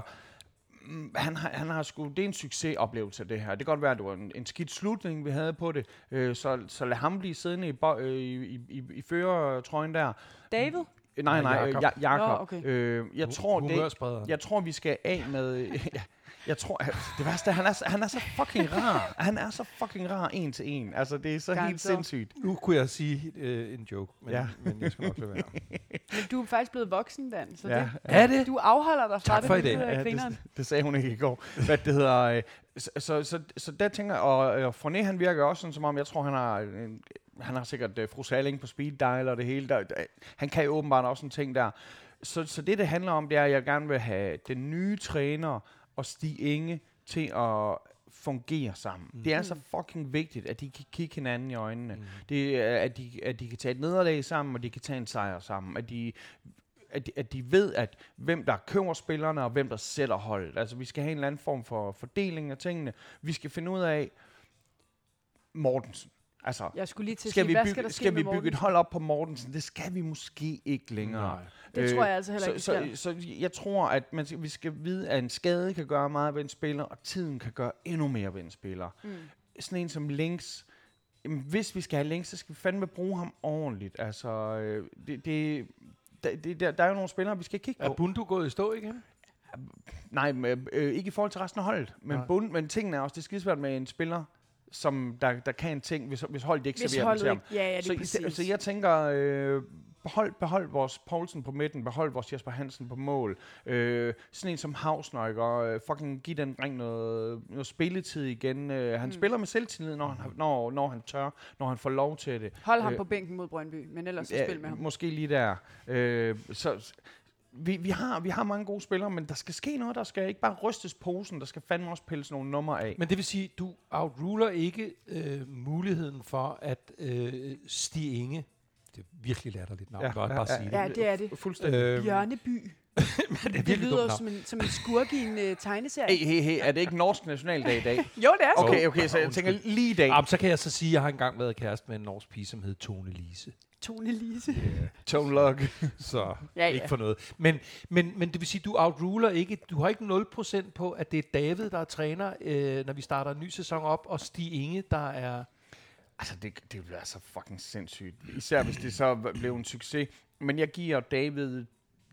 mm, han har, han har sgu, det er en succesoplevelse, det her. Det kan godt være, at det var en, en skidt slutning, vi havde på det. Øh, så, så lad ham blive siddende i, bo, øh, i, i, i førertrøjen der. David? Øh, Nej, nej, Jakob. øh, ja, Jakob. Nå, okay. øh, jeg, tror, det, Humørsprederen. jeg tror, vi skal af med... ja, jeg tror, det værste er, han er, så- han er så fucking rar. Han er så fucking rar en til en. Altså, det er så helt Garanteret. sindssygt. Nu kunne jeg sige øh, en joke, men, Ja. ja. men jeg skal nok lade være. Men du er faktisk blevet voksen, Dan. Så Ja, det, Er det? du afholder dig fra Tak det. for i det dag. lyder Ja, grineren. det, det sagde hun ikke i går. Hvad det hedder... Øh, så, så, så, så der tænker jeg... Og, og Forné, han virker også sådan, som om... Jeg tror, han har... En, han har sikkert uh, fru Salling på speed dial og det hele. Der, der, han kan jo åbenbart også en ting der. Så, så det, det handler om, det er, at jeg gerne vil have den nye træner og Stig Inge til at fungere sammen. Mm. Det er så fucking vigtigt, at de kan kigge hinanden i øjnene. Mm. Det er, at de, at de kan tage et nederlag sammen, og de kan tage en sejr sammen. At de, at de, at de ved, at hvem der køber spillerne, og hvem der sætter holdet. Altså, vi skal have en eller anden form for fordeling af tingene. Vi skal finde ud af Mortensen. Altså, Jeg skulle lige til at skal sige, vi hvad bygge, skal der ske skal vi med bygge et Mortensen? hold op på Mortensen? Det skal vi måske ikke længere. Nej. Det tror jeg altså heller ikke, så, vi så, så jeg tror, at man skal, vi skal vide, at en skade kan gøre meget ved en spiller, og tiden kan gøre endnu mere ved en spiller. Mm. Sådan en som Links, jamen, hvis vi skal have Links, så skal vi fandme bruge ham ordentligt. Altså, øh, det, det, der, det, der, der er jo nogle spillere, vi skal kigge Er på. Bundu gået i stå igen? Nej, men, øh, ikke i forhold til resten af holdet. Men, Nej. bund, men tingene er også, det er skidesvært med en spiller, som der, der kan en ting, hvis, hvis holdet ikke Hvis serverer den til holdet ham. ikke... Ja, ja, det er Så, præcis. så jeg tænker, øh, behold, behold vores Poulsen på midten, behold vores Jesper Hansen på mål. Øh, sådan en som Hausnøjker, øh, fucking give den dreng noget, noget spilletid igen. Øh, han Mm. spiller med selvtillid, når han, har- når, når han tør, når han får lov til det. Hold ham øh, på bænken mod Brøndby, men ellers så Ja, spil med ham. måske lige der. Øh, så vi, vi, har, vi har mange gode spillere, men der skal ske noget. Der skal ikke bare rystes posen. Der skal fandme også pilles nogle numre af. Men det vil sige, du outruler ikke øh, muligheden for, at øh, Stig Inge, det er virkelig latterligt navn, Ja, godt ja, bare ja, sige Ja, det er det. Fuldstændig. det. Øhm, Bjørneby. men det er Det virkelig lyder dumt som navn. en, som en skurk i en uh, tegneserie. Hey, hey, hey, er det ikke norsk nationaldag i dag? Jo, det er så. Okay, okay, så jeg tænker lige i dag. Jamen, så kan jeg så sige, at jeg har engang været kæreste med en norsk pige, som hed Tone Lise. Tone Lise. Tone Lock. Så Ja, ja, ja. ikke for noget. Men, men, men det vil sige, du outruler ikke, du har ikke nul procent på, at det er David, der er træner, øh, når vi starter en ny sæson op, og Stig Inge, der er... Altså, det, det vil være så fucking sindssygt. Især hvis det så blev en succes. Men jeg giver David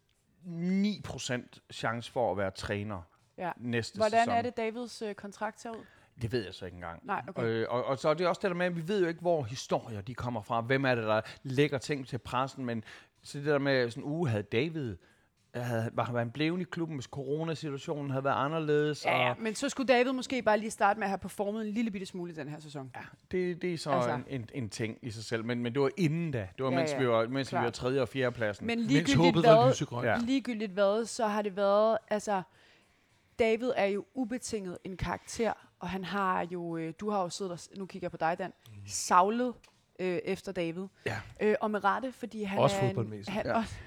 ni procent chance for at være træner Ja. næste Hvordan sæson. er det, Davids uh, kontrakt ser ud? Det ved jeg så ikke engang. Nej, okay. Øh, og, og så er det også det der med, at vi ved jo ikke, hvor historier de kommer fra. Hvem er det, der lægger ting til pressen? Men så det der med, sådan uge havde David, havde, var han blevet i klubben, hvis coronasituationen havde været anderledes. Ja, ja, og, men så skulle David måske bare lige starte med at have performet en lille bitte smule i den her sæson. ja, det, det er så Altså. en, en, en ting i sig selv. Men, men det var inden da. Det var, Ja, mens ja, vi var, mens vi klart. var tredje og fjerde pladsen. Men Mens ligegyldigt håbet var hvad, lysegrønt. Ja. Ja. ligegyldigt hvad, så har det været, altså, David er jo ubetinget en karakter, og han har jo, øh, du har jo siddet og, s- nu kigger jeg på dig, Dan, mm. savlet øh, efter David. Ja. Øh, og med rette, fordi han Også er fodboldmæssigt. En, han, Ja. også,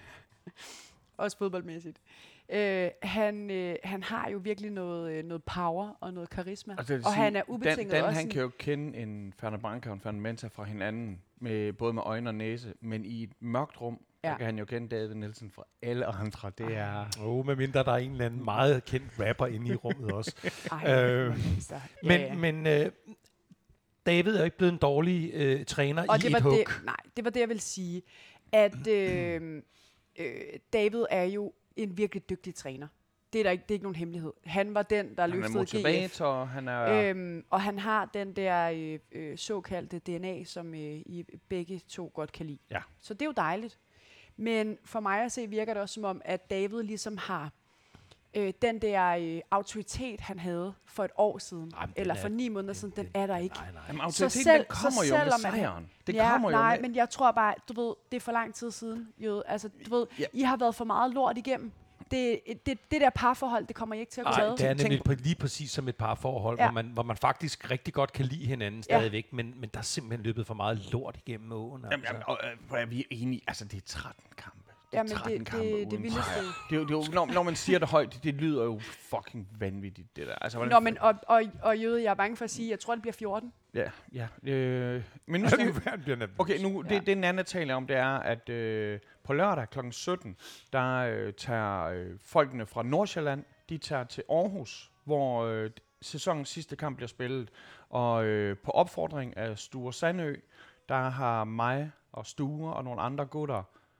også fodboldmæssigt. Øh, han, øh, han har jo virkelig noget, øh, noget power og noget karisma, Altså, det vil og sige, han er ubetinget Dan, Dan også han en, kan jo kende en Fernand Branca og en Fernand Mensah fra hinanden, med, både med øjne og næse, men i et mørkt rum, ja. Ja. der kan han jo kende David Nielsen fra alle andre. Det er... Åh, oh, medmindre der er en eller anden meget kendt rapper inde i rummet også. Ej, Øh, altså, ja, Men, ja. men øh, David er jo ikke blevet en dårlig øh, træner Og i det var et hug. det, nej, det var det, jeg vil sige. At øh, øh, David er jo en virkelig dygtig træner. Det er der ikke, det er ikke nogen hemmelighed. Han var den, der Han er løftede G F. motivator, han er... Øhm, og han har den der øh, øh, såkaldte D N A, som øh, I begge to godt kan lide. Ja. Så det er jo dejligt. Men for mig at se, virker det også som om, at David ligesom har øh, den der øh, autoritet, han havde for et år siden, Ej, men den eller er- for ni måneder siden, den er der ikke. Nej, nej. Jamen, Så autoriteten, selv- den kommer så jo med selvom man- sejren. Det ja, kommer jo nej, med... men jeg tror bare, du ved, det er for lang tid siden. Jo, altså, du ved, Ja. I har været for meget lort igennem. Det, det, det der parforhold, det kommer I ikke til at kunne Nej, tage. det er Tænk- nemlig præ- lige præcis som et parforhold, Ja. hvor, man, hvor man faktisk rigtig godt kan lide hinanden Ja. stadigvæk, men, men der er simpelthen løbet for meget lort igennem åen. Jamen, Altså. jamen, og, øh, hvor er vi enige? Altså, det er tretten kampe. Det er Jamen, det- tretten det- kampe det uden vildeste. sejr. Det er jo, det er jo, når, når man siger det højt, det, det lyder jo fucking vanvittigt, det der. Altså, hvordan- Nå, men og, og, og Jøde, jeg er bange for at sige, jeg tror, det bliver fjorten. Ja, ja. Øh, men nu Nu skal vi... skal bliver nervøs. Okay, nu, det, Ja. det den anden taler om, det er, at øh, på lørdag klokken sytten, der øh, tager øh, folkene fra Nordsjælland, de tager til Aarhus, hvor øh, sæsonens sidste kamp bliver spillet. Og øh, på opfordring af Sture Sandø, der har mig og Sture og nogle andre gutter.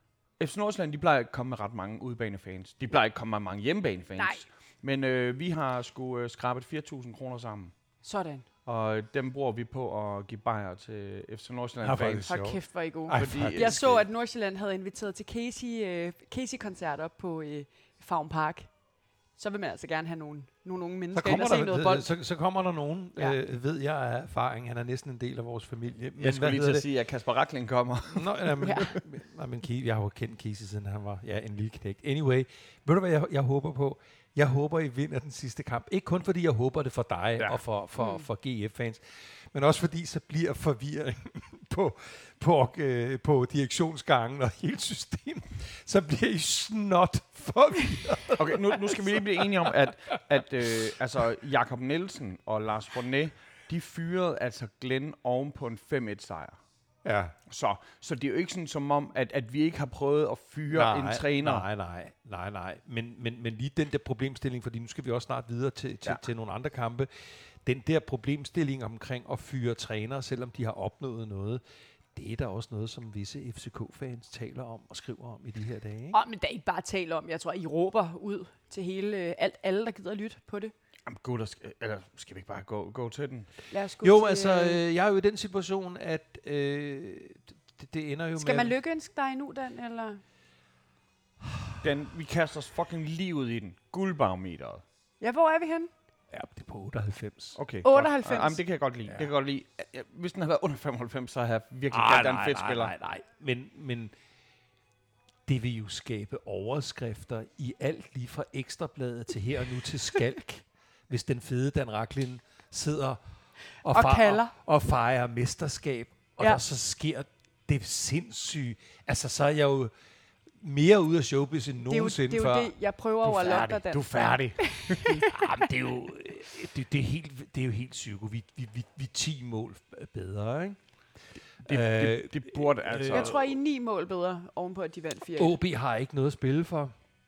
F C Nordsjælland, de plejer ikke at komme med ret mange udebanefans. De plejer ikke at komme med mange hjemmebanefans. Nej. Men øh, vi har sgu øh, skrabet fire tusind kroner sammen. Sådan. Og dem bruger vi på at give bajer til F C Ja, Nordsjælland-fans. faktisk. Hold Sjovt. kæft, hvor er I gode. Ej, fordi- faktisk. Jeg så, at Nordsjælland havde inviteret til Casey, øh, Casey-koncert op på øh, Farum Park. Så vil man altså gerne have nogle, nogle unge Så mennesker ind kommer, og se noget der, bold. så, så kommer der nogen, Ja. ja. øh, ved jeg af erfaring, han er næsten en del af vores familie. Men Jeg skulle lige til hedder at sige, at Kasper Rackling kommer. det? Nå, ja, men, Ja. ja. men, men Ke- jeg har jo kendt Casey, siden han var ja, en lille knægt. Anyway, ved du hvad jeg, jeg håber på? Jeg håber, I vinder den sidste kamp. Ikke kun fordi jeg håber det for dig Ja. og for, for, Mm. for G F-fans, men også fordi så bliver forvirring på, på, øh, på direktionsgangen og hele systemet. Så bliver I snot forvirret. Okay, nu, nu skal vi lige blive enige om, at, at øh, altså, Jakob Nielsen og Lars Bonnet, de fyrede altså Glenn oven på en fem et sejr. Ja. Så, så det er jo ikke sådan som om, at, at vi ikke har prøvet at fyre en træner. Nej, nej, nej, nej. Men, men, men lige den der problemstilling, fordi nu skal vi også snart videre til, til, Ja. ja. til nogle andre kampe. Den der problemstilling omkring at fyre trænere, selvom de har opnået noget, det er der også noget, som visse F C K-fans taler om og skriver om i de her dage. Ikke? Åh, men der er ikke bare tale om. Jeg tror, I råber ud til hele, øh, alt, alle, der gider at lytte på det. Jamen gutter, skal, eller skal vi ikke bare gå, gå til den? Lad os gå Jo, til, altså, øh, øh, jeg er jo i den situation, at øh, det, det ender jo Skal med... man lykønske dig nu, Dan, eller? den? Vi kaster os fucking livet i den. Guldbarometeret. Ja, hvor er vi henne? Ja, det er på otteoghalvfems. Okay, otteoghalvfems. Godt. Jamen, det kan jeg godt lide. Ja. Det kan jeg godt lide. Ja, hvis den havde været under femoghalvfems, så havde jeg virkelig Ah, kaldt den nej, en fedt nej, spiller. nej, nej. Men, men det vil jo skabe overskrifter i alt lige fra Ekstrabladet til her og nu til Skalk, hvis den fede Dan Rachlin sidder og, Og fa- kalder. og, og fejrer mesterskab, og Ja. der så sker det sindssyge. Altså, så er jeg jo mere ude af showbiz end Det er jo nogensinde det, er før. jo det jeg prøver Du over er at lokke færdig. dig, Dan. Du er færdig. Jamen, det er jo det, det er helt det er jo helt psyko. Vi vi vi, vi er ti mål bedre, ikke? Det, Øh, det, det burde altså... Jeg tror, I er ni mål bedre, ovenpå at de vandt fire. O B har ikke noget at spille for.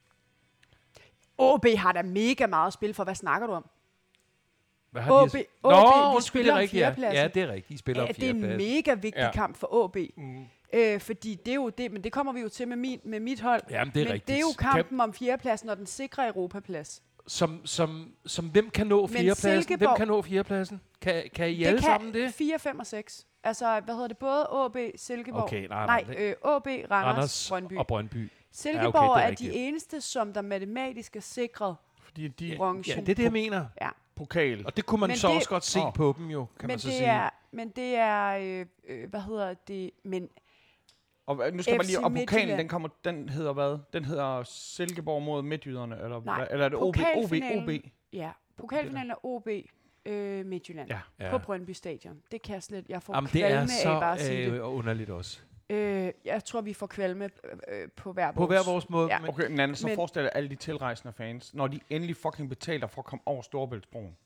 O B har da mega meget at spille for. Hvad snakker du om? Hvad har O de B, at- O B, Nå, de undskyld, spiller det er om rigtigt, ja. fjerdepladsen. Ja, det er rigtigt. De spiller Ja, om det er en fjerdepladsen. mega vigtig Ja. kamp for O B. Mm. Øh, fordi det er jo det, men det kommer vi jo til med, min, med mit hold. Jamen, det er men rigtigt. det er jo Kan- kampen om fjerdepladsen og den sikre Europaplads. Som, som, som hvem kan nå fjerdepladsen? Hvem Silkeborg- kan nå fjerdepladsen? Kan, kan I Det alle kan sammen det? fire, fem og seks. Altså, hvad hedder det? Både O B, Silkeborg. Okay, nej, nej, nej. øh, O B, Randers, Randers Brøndby. og Brøndby. Silkeborg Ja, okay, det er er, er rigtigt. de eneste, som der matematisk er sikret Fordi de bronze. Ja, det er det, jeg mener. Ja. pokal. Og det kunne man Men så det- også godt se Åh. på dem jo, kan Men man så det, sige. er, men det er, øh, øh, hvad hedder det, men Og øh, nu skal man F C lige, og pokalen, Midtjylland. den kommer, den hedder hvad? Den hedder Silkeborg mod Midtjyderne, eller, Nej, hvad? Eller er det O B? O B? O B? pokalfinalen- ja, pokalfinalen er O B øh, Midtjylland Ja. Ja. på Brøndby Stadion. Det kan jeg slet, jeg får Jamen, det er kvalme af så bare at sige det. øh, underligt også. Øh, jeg tror, vi får kvalme øh, øh, på hver På vores. hver vores måde. Ja. Men, Okay, men Anna, så Men- forestil dig alle de tilrejsende fans, når de endelig fucking betaler for at komme over Storebæltsbroen.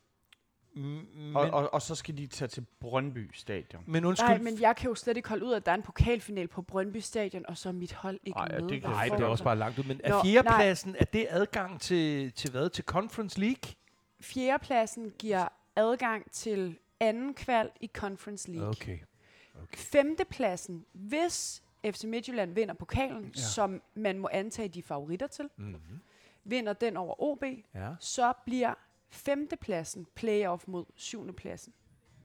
men, Og, og, og så skal de tage til Brøndby Stadion. men undskyld. Nej, men jeg kan jo slet ikke holde ud, at der er en pokalfinal på Brøndby Stadion, og så er mit hold ikke Ej, ja, med. det kan Hvad Nej, det er foregår også der? bare langt ud. Men er Nå, fjerdepladsen, er det adgang til, til hvad? Til Conference League? Fjerdepladsen giver adgang til anden kval i Conference League. Okay. Femtepladsen, hvis F C Midtjylland vinder pokalen, Ja. ja. som man må antage de er favoritter til, Mm-hmm. vinder den over O B, Ja. så bliver femtepladsen playoff mod syvendepladsen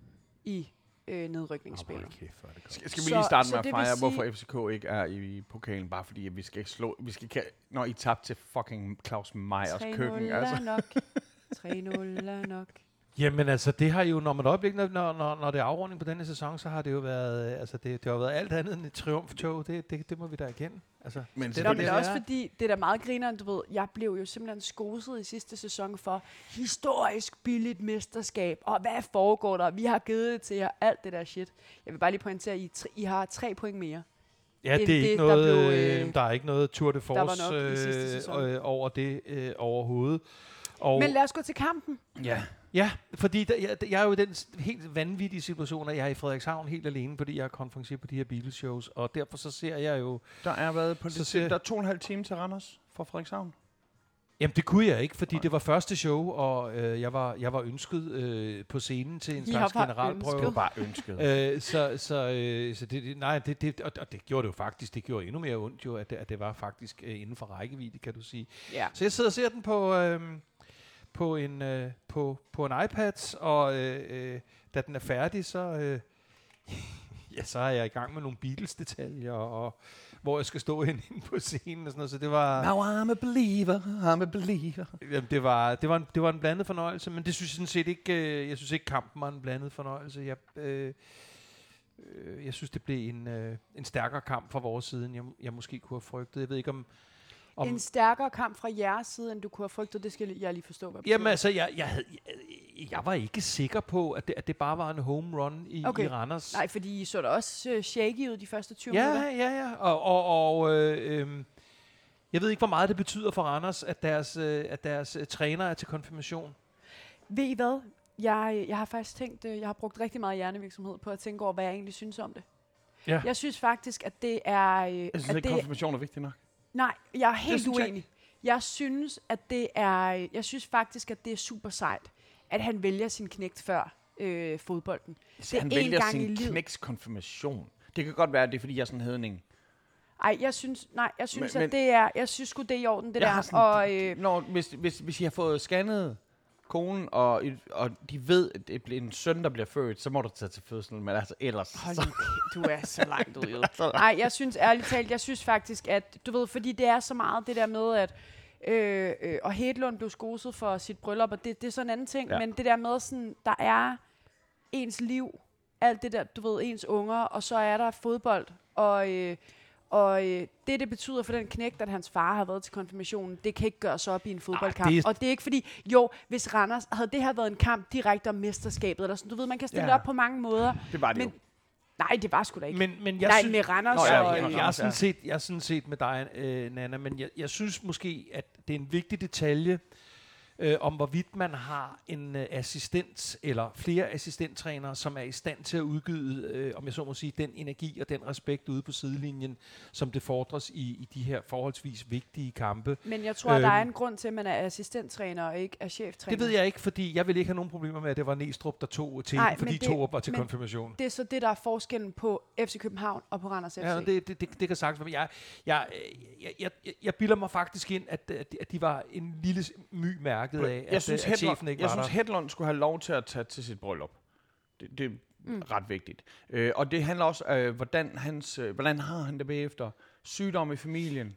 i øh, nedrykningsspillet. Okay, for det godt. Skal, skal vi Så- lige starte så med at det vil fejre, sige- hvorfor F C K ikke er i pokalen, bare fordi at vi skal ikke slå, vi skal ikke, når I tabte til fucking Claus Meyers tre køkken, nul altså. er nok. tre nul er nok. Jamen altså, det har jo, når man øjeblik, når, når, når det er afrunding på denne sæson, så har det jo været, øh, altså det, det har været alt andet end et triumftog. Det, det, det må vi da erkende. Altså, Men det, Nå, Nå, men det er også er. fordi, det er da meget grineren, du ved, jeg blev jo simpelthen skoset i sidste sæson for historisk billigt mesterskab, og hvad foregår der? Vi har givet det til jer, alt det der shit. Jeg vil bare lige pointere, at I, tre- I har tre point mere. Ja, end det er ikke det, der noget, blev, øh, øh, der er ikke noget Tour de der var Force nok i sidste øh, sæson. øh, over det øh, overhovedet. Og Men lad os gå til kampen. Ja. ja, fordi der, jeg, jeg er jo i den s- helt vanvittige situation, at jeg er i Frederikshavn helt alene, fordi jeg er konferencier på de her Beatles-shows, og derfor så ser jeg jo... Der er været på Så det, ser- der er to og en halv time til Randers fra Frederikshavn. Jamen, det kunne jeg ikke, fordi det var første show, og øh, jeg, var, jeg var ønsket øh, på scenen til en Jeg slags var generalprøve. ønsket. Bare ønsket. Øh, så så, øh, så det, det, nej, det, det, og, og det gjorde det jo faktisk, det gjorde endnu mere ondt jo, at det, at det var faktisk øh, inden for rækkevidde, kan du sige. Ja. Så jeg sidder og ser den på, øh, på, en, øh, på, på en iPad, og øh, øh, da den er færdig, så, øh, ja, så er jeg i gang med nogle Beatles-detaljer, og, hvor jeg skal stå hen inde på scenen og sådan noget, så det var... Now I'm a believer, I'm a believer. Jamen, det var, det, var en, det var en blandet fornøjelse, men det synes jeg sådan set ikke, øh, jeg synes ikke kampen var en blandet fornøjelse. Jeg, øh, øh, jeg synes, det blev en, øh, en stærkere kamp fra vores side, end jeg, jeg måske kunne have frygtet. Jeg ved ikke om... om En stærkere kamp fra jeres side, end du kunne have frygtet, det skal jeg lige forstå, hvad betyder. jamen altså, jeg, jeg, havde, jeg, jeg var ikke sikker på, at det, at det bare var en home run i, Okay. i Randers. Nej, fordi I så da også uh, shaky ud de første tyve Ja, minutter. ja, ja. Og, og, og øh, øh, jeg ved ikke, hvor meget det betyder for Randers, at deres, øh, at deres øh, træner er til konfirmation. Ved I hvad? Jeg, jeg har faktisk tænkt, øh, jeg har brugt rigtig meget hjernevirksomhed på at tænke over, hvad jeg egentlig synes om det. Ja. Jeg synes faktisk, at det er... Øh, Jeg synes at ikke, det, konfirmation er vigtig nok. nej, jeg er helt synes jeg uenig. Jeg synes, at det er... Jeg synes faktisk, at det er super sejt, at han vælger sin knægt før øh, fodbolden. Så er han én vælger gang i sin livet. knæks konfirmation. Det kan godt være, at det er, fordi jeg er sådan en hedning. Ej, jeg synes, nej, jeg synes, Men- at det er... Jeg synes sgu, det er i orden, det Jeg der. har sådan- Og, øh, Når, hvis, hvis, hvis I har fået scannet konen, og, og de ved, at det bliver en søn, der bliver født, så må du tage til fødslen, men altså ellers... hold så, nu kæ- du er så langt ude. jo. så, Nej, jeg synes ærligt talt, jeg synes faktisk, at du ved, fordi det er så meget det der med, at øh, øh, og Hedlund blev skoset for sit bryllup, og det, det er sådan en anden ting, Ja. ja. men det der med sådan, der er ens liv, alt det der, du ved, ens unger, og så er der fodbold, og, øh, Og øh, det, det betyder for den knægt, at hans far har været til konfirmationen, det kan ikke gøres op i en fodboldkamp. Ej, det er... Og det er ikke fordi, jo, hvis Randers, havde det her været en kamp direkte om mesterskabet, eller sådan, du ved, man kan stille Ja. det op på mange måder. Det var det men, jo. Nej, det var sgu da ikke. Men, men jeg Nej, synes, med Randers Nå, ja, og... ja, jeg, jeg, er sådan set, jeg er sådan set med dig, øh, Nana, men jeg, jeg synes måske, at det er en vigtig detalje, øh, om hvorvidt man har en øh, assistent eller flere assistenttrænere, som er i stand til at udgyde, øh, om jeg så må sige, den energi og den respekt ude på sidelinjen, som det fordres i, i de her forholdsvis vigtige kampe. Men jeg tror, øhm, der er Øhm, en grund til, at man er assistenttræner og ikke er cheftræner. Det ved jeg ikke, fordi jeg vil ikke have nogen problemer med, at det var Næstrup, der tog til, Nej, fordi men det- Torup var til men konfirmation. Det er så det, der er forskellen på F C København og på Randers F C. Ja, det, det, det, det kan sagtens være. Jeg, jeg, jeg, jeg, jeg, jeg bilder mig faktisk ind, at, at, at de var en lille my mærket af, Jeg at, synes, at chefen Hedlund, ikke jeg var synes der. Hedlund skulle have lov til at tage til sit bryllup. Det, det er mm. ret vigtigt. Øh, og det handler også om, øh, hvordan, hans, øh, hvordan har han det bagefter. Sygdom i familien.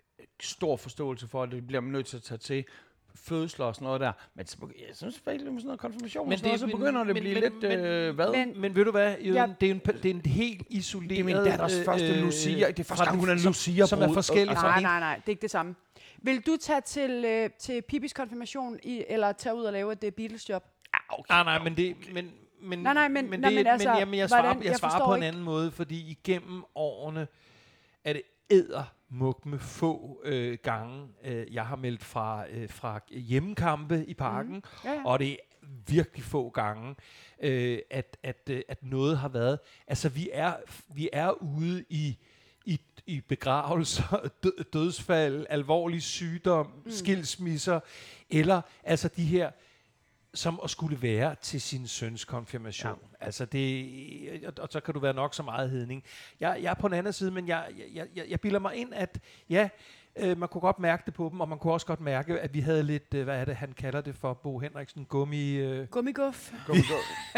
Stor forståelse for, at det bliver man nødt til at tage til. Fødsler og sådan noget der. Men så, jeg synes faktisk, med sådan noget konfirmation, Men men sådan det- noget, så men- begynder det at men- blive men- lidt, men- øh, hvad? men- Men ved du hvad, Jørgen, Ja. det, er en, det er en helt isoleret... Det er min datters øh, første øh, Lucia. Det er første fra gang, den- hun er som- Lucia-brud. Som er forskellig Altså, fra Nej, en. nej, nej, det er ikke det samme. Vil du tage til, øh, til Pipis konfirmation, i, eller tage ud og lave et uh, Beatles-job? ah, okay. Nej, nej, men det... Men, men, Nej, nej, men- men, nej, det, men altså, men, jamen, jeg svarer, hvordan- jeg jeg svarer forstår på en ikke- anden måde, fordi igennem årene er det eddermuk med få øh, gange, øh, jeg har meldt fra, øh, fra hjemmekampe i parken, mm. Ja, ja. og det er virkelig få gange, øh, at, at, øh, at noget har været... Altså, vi er, vi er ude i... I, i begravelser, død, dødsfald, alvorlig sygdom, mm. skilsmisser, eller altså de her, som at skulle være til sin søns konfirmation. Ja. Altså det, og, og så kan du være nok så meget hedning. Jeg, jeg er på den anden side, men jeg, jeg, jeg, jeg bilder mig ind, at ja, øh, man kunne godt mærke det på dem, og man kunne også godt mærke, at vi havde lidt, øh, hvad er det, han kalder det for, Bo Henriksen, gummi... Øh, Gummiguff. Go, go.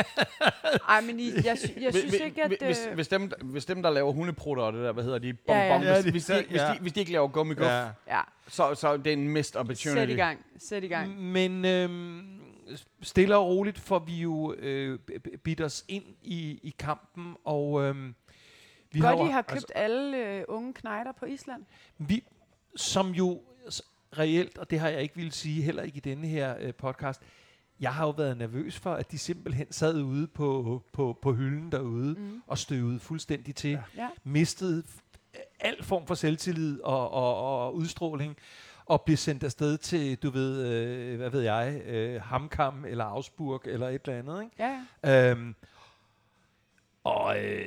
Ej, men I, jeg, sy- jeg synes ikke, at... Hvis, øh, hvis, dem, hvis dem, der laver hundeprutter og det der, hvad hedder de? Bom, Ja, ja. bom, Ja, hvis, de- hvis, de, hvis, ja. de, hvis de ikke laver gummiguff, Ja. Ja, så, så det er en missed opportunity. sæt i gang. Sæt i gang. Men øhm, stille og roligt får vi jo øh, b- b- bidt os ind i, i kampen, og øhm, vi Godt, har, I jo- har købt altså, alle øh, unge knejder på Island. vi, som jo s- reelt, og det har jeg ikke ville sige, heller ikke i denne her øh, podcast, jeg har jo været nervøs for, at de simpelthen sad ude på, på, på hylden derude mm. og støvede fuldstændig til, ja. Ja. mistede f- al form for selvtillid og, og, og udstråling, og blev sendt afsted til, du ved, øh, hvad ved jeg, øh, Hamkam eller Augsburg eller et eller andet, ikke? Ja, ja. Øhm, og øh,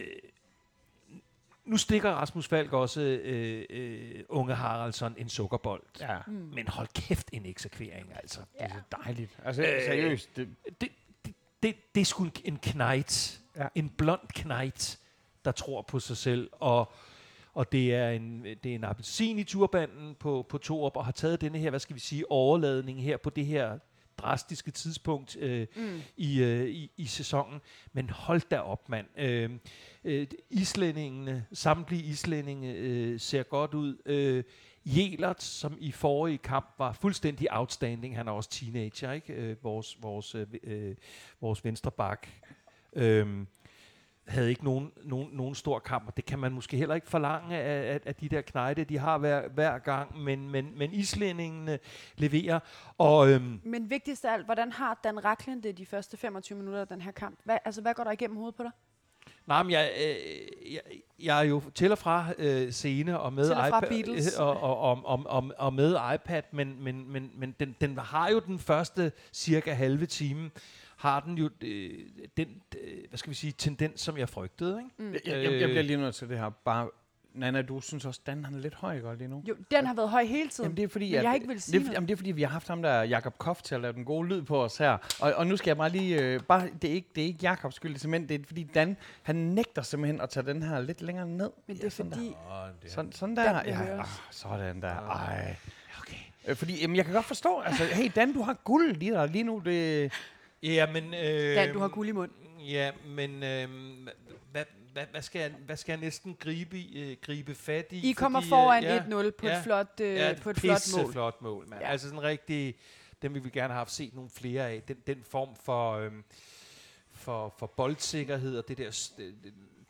nu stikker Rasmus Falk også øh, øh, unge Haraldsson en sukkerbold. Ja, Mm. Men hold kæft en eksekvering, altså. det er så dejligt. Altså, Øh, seriøst. Det, Det, det, det, det er sgu en, en knejt. Ja. En blond knejt, der tror på sig selv. Og, og det er en, det er en appelsin i turbanden på, på Torup, og har taget denne her, hvad skal vi sige, overladning her på det her drastiske tidspunkt øh, Mm. i, øh, i, i sæsonen. Men hold da op, mand. Øh, øh, islændingene, samtlige islændinge øh, ser godt ud. Øh, Jelert, som i forrige kamp var fuldstændig outstanding. Han er også teenager, ikke? Øh, vores, vores, øh, øh, vores venstre bak. Øh, havde ikke nogen, nogen, nogen stor kamp, og det kan man måske heller ikke forlange af, af, af de der knejte, de har hver, hver gang, men, men, men islændingene leverer. Og øhm, Men vigtigst af alt, hvordan har Dan Rachlin det de første femogtyve minutter af den her kamp? Hvad, altså, hvad går der igennem hovedet på dig? nej, men jeg, øh, jeg, jeg er jo til og fra øh, scene og med Til og fra iPad Beatles. og, og, og, og, og, og med iPad, men, men, men, men den, den har jo den første cirka halve time, har den jo øh, den, øh, hvad skal vi sige, tendens, som jeg frygtede, ikke? Mm. jeg, jeg, jeg bliver lige nødt til det her. Bare, Nana, du synes også, Dan han er lidt høj godt lige nu? Jo, den har været høj hele tiden. Jamen det er fordi, men at, jeg har ikke vil det, sige er, fordi- jamen, det er fordi, vi har haft ham der, Jakob Koff, til at lave den gode lyd på os her. Og, og nu skal jeg bare lige, øh, bare, det er ikke, det er ikke Jakobs skyld, det er simpelthen, det er fordi Dan, han nægter simpelthen at tage den her lidt længere ned. Men det er sådan fordi... Der. Sådan, sådan Dan der. vil Ja, høre ah, os. sådan der. Ej. Okay. Øh, fordi, jamen, jeg kan godt forstå, altså, hey Dan, du har guld lige der, lige nu, det... Ja, men... Øh, Dan, du har guld i mund. Ja, men øh, hvad, hvad, hvad, skal jeg, hvad skal jeg næsten gribe, i, øh, gribe fat i? I kommer Fordi, foran øh, ja, et nul på ja, et flot, øh, ja, på et flot mål. flot mål, mand. Ja. Ja. Altså sådan rigtig, dem vil vi gerne have haft set nogle flere af. Den, den form for, øh, for, for boldsikkerhed og det der, s- det,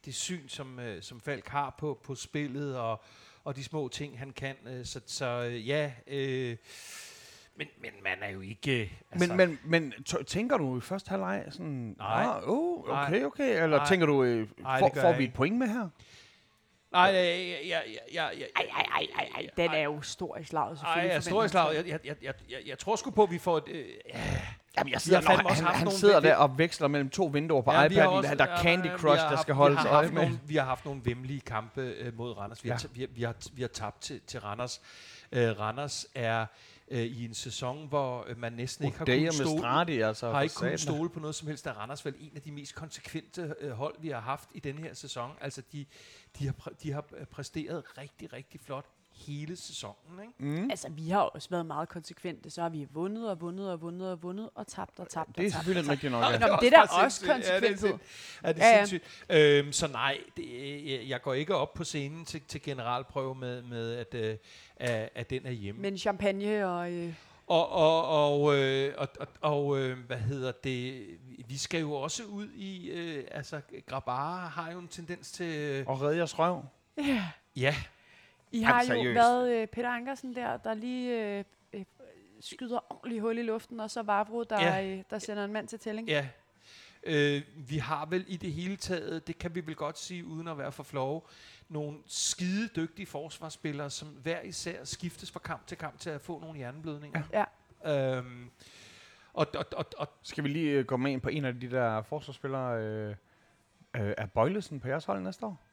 det syn, som, øh, som Falk har på, på spillet, og, og de små ting, han kan. Øh, så så øh, ja, øh, men, men man er jo ikke... Øh, altså men men, men t- tænker du i første halvleg sådan... Nej. Ah, oh, okay, Nej. okay. Eller Nej. tænker du, øh, Nej, for, det gør får jeg vi ikke. et point med her? Nej, jeg, jeg, jeg, jeg, jeg, Ej, ej, ej, ej, ej. Den er jo stor i slaget, Ej, selvfølgelig. jeg er stor i slag. Jeg, jeg, jeg, jeg, jeg, jeg tror sgu på, at vi får et... Øh, ja. Jamen, jeg har sidder, fandme når, også han, haft han nogle sidder vældig- der og veksler mellem to vinduer på Ja, vi har iPad'en. også- Der er ja, Candy vi har Crush, der haft- skal holdes vi har øje haft med. nogle, vi har haft nogle vemmelige kampe øh, mod Randers. Vi, Ja. har, vi, har, vi, har, vi har tabt til, til Randers. Øh, Randers er øh, i en sæson, hvor øh, man næsten ikke har Odeja kunnet med stole, Strati, altså. har for ikke kunnet satan. stole på noget som helst. Der er Randers vel en af de mest konsekvente øh, hold, vi har haft i den her sæson. Altså, de, de, har, præ- de har præsteret rigtig, rigtig flot hele sæsonen, ikke? Mm. Altså, vi har også været meget konsekvente. Så har vi vundet og vundet og vundet og vundet og tabt og tabt og Det er tabt. selvfølgelig rigtigt nok, Nå, ja. men det er da bare også sindssygt. Ja, det er konsekventhed. sind- Ja, det er Ja, ja. sindssygt. Øhm, så nej, det, jeg, jeg går ikke op på scenen til, til generalprøve med, med at, øh, at, at den er hjemme. Men champagne og... Øh, Og, og, og, øh, og, og, og øh, hvad hedder det? Vi skal jo også ud i, øh, altså Grabara har jo en tendens til, øh, Og redde jeres røv. ja. ja, I har jo seriøst. været øh, Peter Ankersen der, der lige øh, øh, skyder ordentligt hul i luften, og så Vavro, der, Ja. øh, der sender en mand til tælling. ja. Øh, vi har vel i det hele taget, det kan vi vel godt sige, uden at være for flove, nogle skide dygtige forsvarsspillere, som hver især skiftes fra kamp til kamp til at få nogle hjerneblødninger. Ja. Øhm, og, og, og, og Skal vi lige øh, gå med ind på en af de der forsvarsspillere? Øh, øh, er Bøjlesen på jeres hold næste år?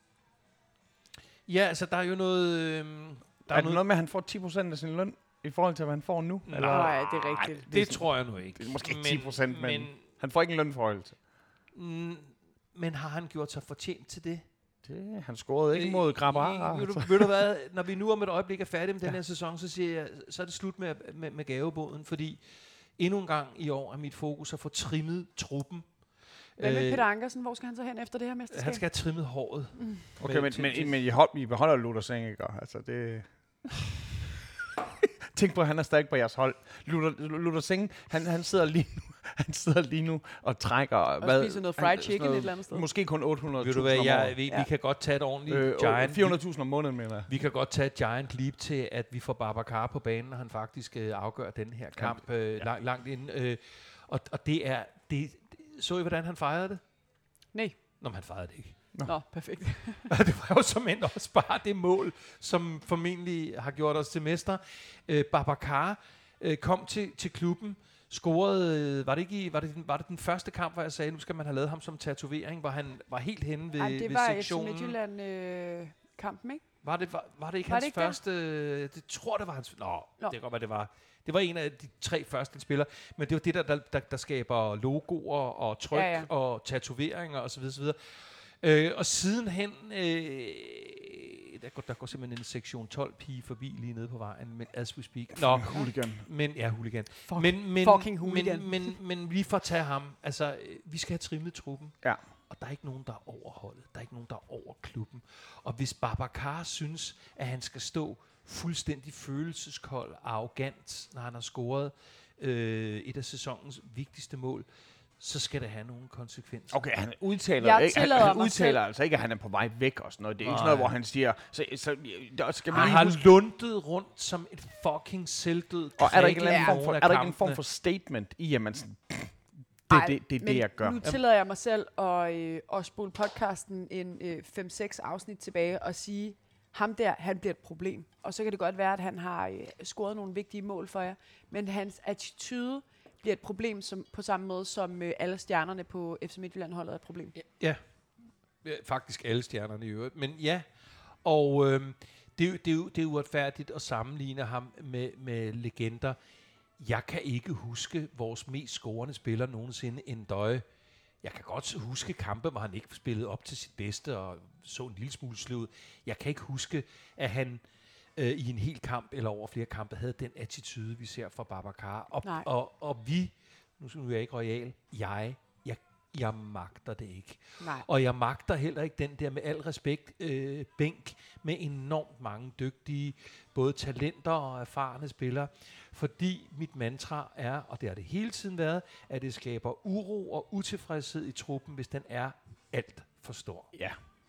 ja, altså der er jo noget... Øhm, der Er det noget med, at han får ti procent af sin løn i forhold til, hvad han får nu? Nej. Nej, det er rigtigt. det, det tror jeg nu ikke. Det er måske ikke ti procent, men, men, han får ikke en lønforhøjelse. mm, men har han gjort sig fortjent til det? Det, han scorede ikke mod Grabara. Ved du, ved du hvad, når vi nu om et øjeblik er færdige med den her sæson, så siger jeg, så er det slut med, med, med gavebåden, fordi endnu en gang i år er mit fokus at få trimmet truppen. Hvad med Øh, Peter Ankersen? Hvor skal han så hen efter det her mesterskab? Han skal have trimmet håret. Okay, Med- men, til- men, til- men I, hold, I beholder Luther Seng, ikke? Altså, det... Tænk på, at han er stadig på jeres hold. Luther, Luther Seng, han, han, sidder lige nu, han sidder lige nu og trækker... Og spiser noget fried chicken et eller andet sted. Måske kun otte hundrede Ved du tusind hvad, om jeg, året. vi, Ja. vi kan godt tage et ordentligt Øh, giant... fire hundrede tusind om måneden, mener jeg. Vi kan godt tage et giant leap til, at vi får Babacar på banen, når han faktisk øh, afgør den her kamp øh, ja. langt, langt inden. Øh, og, og det er... Det, så I, hvordan han fejrede det? Nej. Nå, men han fejrede det ikke. Nå, Nå perfekt. Det var jo som end også bare det mål, som formentlig har gjort os til mester. Øh, Babacar øh, kom til, til klubben, scorede, øh, var det ikke i, var det, den, var det den første kamp, hvor jeg sagde, nu skal man have lavet ham som tatovering, hvor han var helt henne ved, Ej, det ved var F C sektionen. Midtjylland-kampen, ikke? Var det, var, var det ikke Var hans det ikke der? første... Øh, det tror det var hans... Nå, Nå. det kan godt være, det var... Det var en af de tre første spillere, men det var det, der, der, der, der skaber logoer og tryk Ja, ja. og tatoveringer osv. osv. Øh, og sidenhen... Øh, der, går, der går simpelthen en sektion tolv pige forbi lige nede på vejen, men as we speak. Nå, Hooligan. men ja, hooligan. Fuck, men, men, fucking hooligan. Men, men, men lige for at tage ham, altså, øh, vi skal have trimmet truppen. Ja. Og der er ikke nogen, der er over holdet. Der er ikke nogen, der er over klubben. Og hvis Babacar synes, at han skal stå fuldstændig følelseskold og arrogant, når han har scoret øh, et af sæsonens vigtigste mål, så skal det have nogle konsekvenser. Okay, han udtaler, Jeg ikke, han, tillader han mig udtaler selv- altså ikke, at han er på vej væk og sådan noget. Det er ikke Nej. sådan noget, hvor han siger... Så, så, der skal vi Han lige har huske, lundet rundt som et fucking selvdød. og er der ikke en eller anden kræ- form for, nogle er af der ikke en form kampene. for statement i, at man sådan... Det Ej, er det, det, er men det, jeg gør. Nu tillader jeg mig selv at, øh, at spole podcasten en øh, fem seks afsnit tilbage og sige, ham der, han bliver et problem. Og så kan det godt være, at han har øh, scoret nogle vigtige mål for jer. Men hans attitude bliver et problem som, på samme måde, som øh, alle stjernerne på F C Midtjylland-holdet er et problem. Ja, ja, faktisk alle stjernerne i øvrigt. Men ja, og øhm, det, er jo- det, er jo, det er uretfærdigt at sammenligne ham med, med legender. Jeg kan ikke huske vores mest scorende spiller nogensinde en døje. Jeg kan godt huske kampe, hvor han ikke spillede op til sit bedste og så en lille smule sløvet. Jeg kan ikke huske, at han øh, i en hel kamp eller over flere kampe havde den attitude, vi ser fra Babacar. Og, Nej. og, og vi, nu er jeg ikke royal, jeg, jeg, jeg magter det ikke. Nej. Og jeg magter heller ikke den der, med al respekt, øh, bænk med enormt mange dygtige, både talenter og erfarne spillere. Fordi mit mantra er, og det har det hele tiden været, at det skaber uro og utilfredshed i truppen, hvis den er alt for stor. Ja.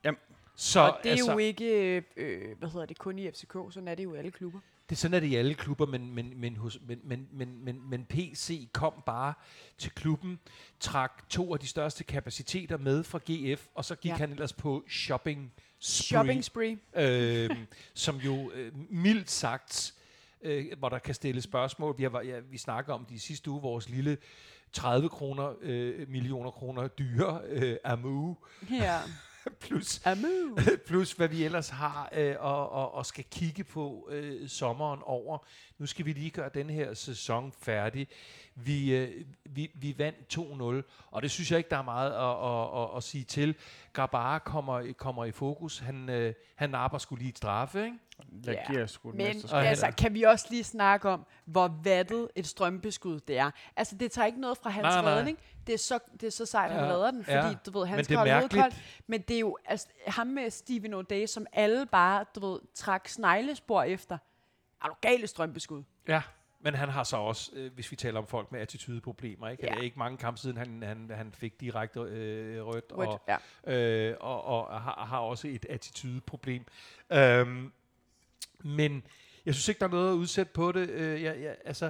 Jamen. Så og det er altså, jo ikke, øh, hvad hedder det, kun i F C K, sådan er det jo i alle klubber. Det sådan er det i alle klubber, men, men, men, hos, men, men, men, men, men P C kom bare til klubben, trak to af de største kapaciteter med fra G F, og så gik ja. han ellers på shopping spree, shopping spree. øh, som jo øh, mildt sagt, øh, hvor der kan stille spørgsmål. Vi, har, ja, vi snakker om de sidste uge, vores lille tredive kroner, øh, millioner kroner dyre øh, Amu. Ja. plus, Amu. plus hvad vi ellers har øh, og, og, og skal kigge på øh, sommeren over. Nu skal vi lige gøre den her sæson færdig. Vi, øh, vi, vi vandt to nul, og det synes jeg ikke, der er meget at, at, at, at sige til. Grabara kommer, kommer i fokus. Han, øh, han napper skulle lige et straffe, ikke? Jeg ja. giver sgu Men altså, kan vi også lige snakke om, hvor vattet et strømpeskud det er. Altså, det tager ikke noget fra hans nej, nej. redning. Det er så, det er så sejt, at han ja. redder den, fordi, ja. du ved, han skal holde hovedet koldt. Men det er jo altså, ham med Steven O'Day, som alle bare, du ved, trak sneglespor efter. Er du gale strømpeskud? Ja. Men han har så også, øh, hvis vi taler om folk med attitudeproblemer, ikke? Ja. Det er ikke mange kampe siden, han, han, han fik direkte øh, rødt, rødt og, ja. øh, og, og har, har også et attitudeproblem. Øhm, men jeg synes ikke, der er noget at udsætte på det. Øh, jeg, jeg, altså,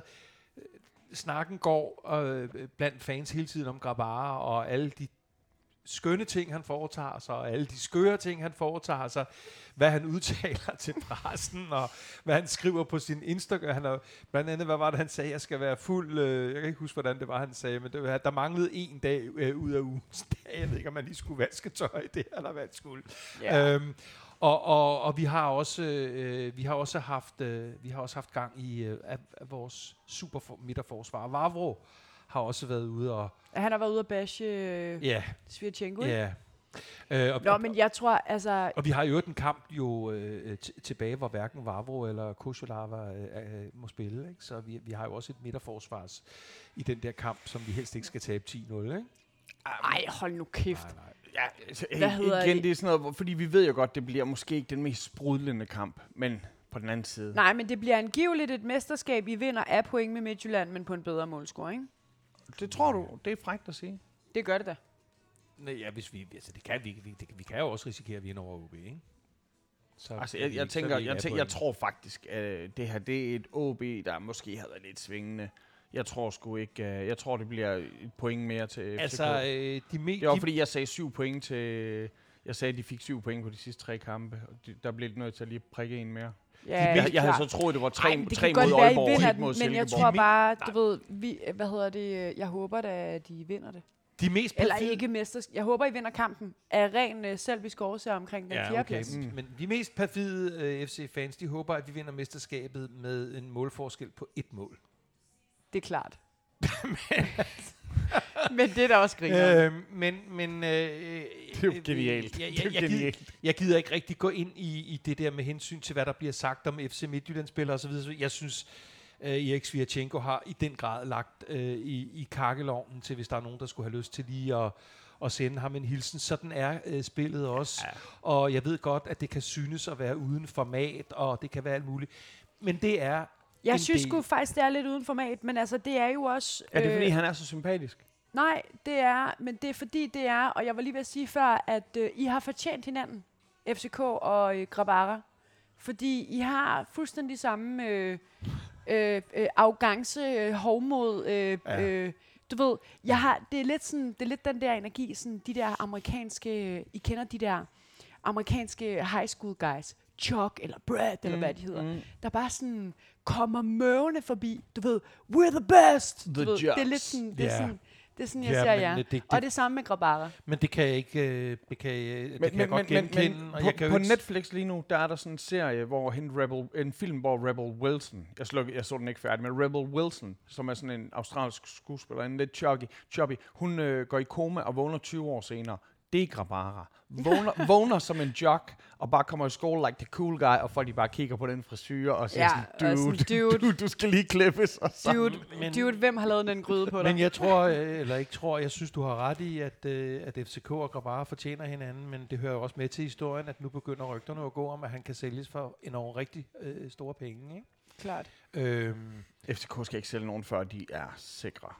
snakken går øh, blandt fans hele tiden om Grabara og alle de skønne ting, han foretager sig, og alle de skøre ting, han foretager sig, hvad han udtaler til pressen, og hvad han skriver på sin Instagram. Han er, blandt andet, hvad var det, han sagde? Jeg skal være fuld, øh, jeg kan ikke huske, hvordan det var, han sagde, men det var, der manglede en dag øh, ud af ugens dag. Jeg ved ikke, om man lige skulle vaske tøj i det, eller hvad det skulle. Yeah. Øhm, og, og, og vi har også øh, vi har også haft øh, vi har også haft gang i øh, af, af vores super midterforsvar. Vavro har også været ude og... Han har været ude at bashe øh, yeah. Svirchenko, ikke? Ja. Yeah. Øh, og, Nå, men jeg tror, altså... Og vi har jo en kamp jo øh, t- tilbage, hvor hverken Vavro eller Kosholava øh, øh, må spille, ikke? Så vi, vi har jo også et midterforsvars i den der kamp, som vi helst ikke skal tabe ti nul, ikke? Ej, hold nu kæft. Nej, nej. Ja, altså, Hvad hedder igen, det er sådan noget, fordi vi ved jo godt, det bliver måske ikke den mest sprudlende kamp, men på den anden side... Nej, men det bliver angiveligt et mesterskab, I vinder af point med Midtjylland, men på en bedre målscore, ikke? Det tror du, det er frækt at sige. Det gør det da. Nej, ja, hvis vi, altså det kan vi, vi, det, vi kan jo også risikere at vinde over O B, ikke? Så altså, jeg, jeg tænker, jeg, tænker, jeg tror faktisk, at det her, det er et O B, der måske har været lidt svingende. Jeg tror sgu ikke, uh, jeg tror, det bliver et point mere til F C K. Altså, øh, de me- det var, fordi jeg sagde syv point til, jeg sagde, at de fik syv point på de sidste tre kampe, og de, der blev det nødt til at lige prikke en mere. Ja, jeg, jeg havde så troet, det var tre, Ej, det tre mod mod Aalborg og et mod men Silkeborg. jeg tror bare, du ved, vi, hvad hedder det, jeg håber da, at de vinder det. De mest Eller ikke mesters. Jeg håber, I vinder kampen af ren uh, selvisk årsag omkring den ja, fjerde okay. plads. Mm. Men de mest perfide uh, F C-fans, de håber, at vi vinder mesterskabet med en målforskel på et mål. Det er klart. Men det er da også griner. Øh, men, men, øh, det er jo genialt. Jeg, jeg, jeg, jeg, gider, jeg gider ikke rigtig gå ind i, i det der med hensyn til, hvad der bliver sagt om F C Midtjylland-spillere osv. Jeg synes, øh, Erik Svirchenko har i den grad lagt øh, i, i kakkelovnen til, hvis der er nogen, der skulle have lyst til lige at, at sende ham en hilsen. Sådan er øh, spillet også. Ja. Og jeg ved godt, at det kan synes at være uden format, og det kan være alt muligt. Men det er Jeg synes sgu faktisk, det er lidt uden format, men altså, det er jo også... Er det, øh, fordi han er så sympatisk? Nej, det er, men det er fordi, det er, og jeg var lige ved at sige før, at øh, I har fortjent hinanden, F C K og øh, Grabara, fordi I har fuldstændig samme øh, øh, øh, arrogance, øh, hovmod, øh, ja. øh, du ved, jeg har, det er lidt sådan, det er lidt den der energi, sådan de der amerikanske, I kender de der amerikanske high school guys, Chuck eller Brad, mm, eller hvad de hedder, mm. der bare sådan kommer møvende forbi, du ved, we're the best, the du ved, det er lidt sådan, det er yeah. sådan, det er sådan, jeg ja, ser jer. jer. Det, det, og det samme med Grabara. Men det kan jeg ikke, øh, det kan jeg, det men, kan jeg men, godt men, genkende. Men, og på, jeg kan på ikke Netflix lige nu, der er der sådan en serie, hvor hende Rebel, en film, hvor Rebel Wilson, jeg, sluk, jeg så den ikke færdig, men Rebel Wilson, som er sådan en australsk skuespiller, en lidt chubby, chubby hun øh, går i koma og vågner tyve år senere. Det er Grabara. Vågner, vågner som en jock, og bare kommer i skole like the cool guy, og folk de bare kigger på den frisyr og siger ja, sådan, dude, sådan, dude, dude, du skal lige klippes. Og så. Dude, men, dude, hvem har lavet den gryde på dig? Men jeg tror, eller ikke tror, jeg synes, du har ret i, at, at F C K og Grabara fortjener hinanden, men det hører jo også med til historien, at nu begynder rygterne at gå om, at han kan sælges for enormt rigtig øh, store penge, ikke? Klart. Øhm, F C K skal ikke sælge nogen, før de er sikre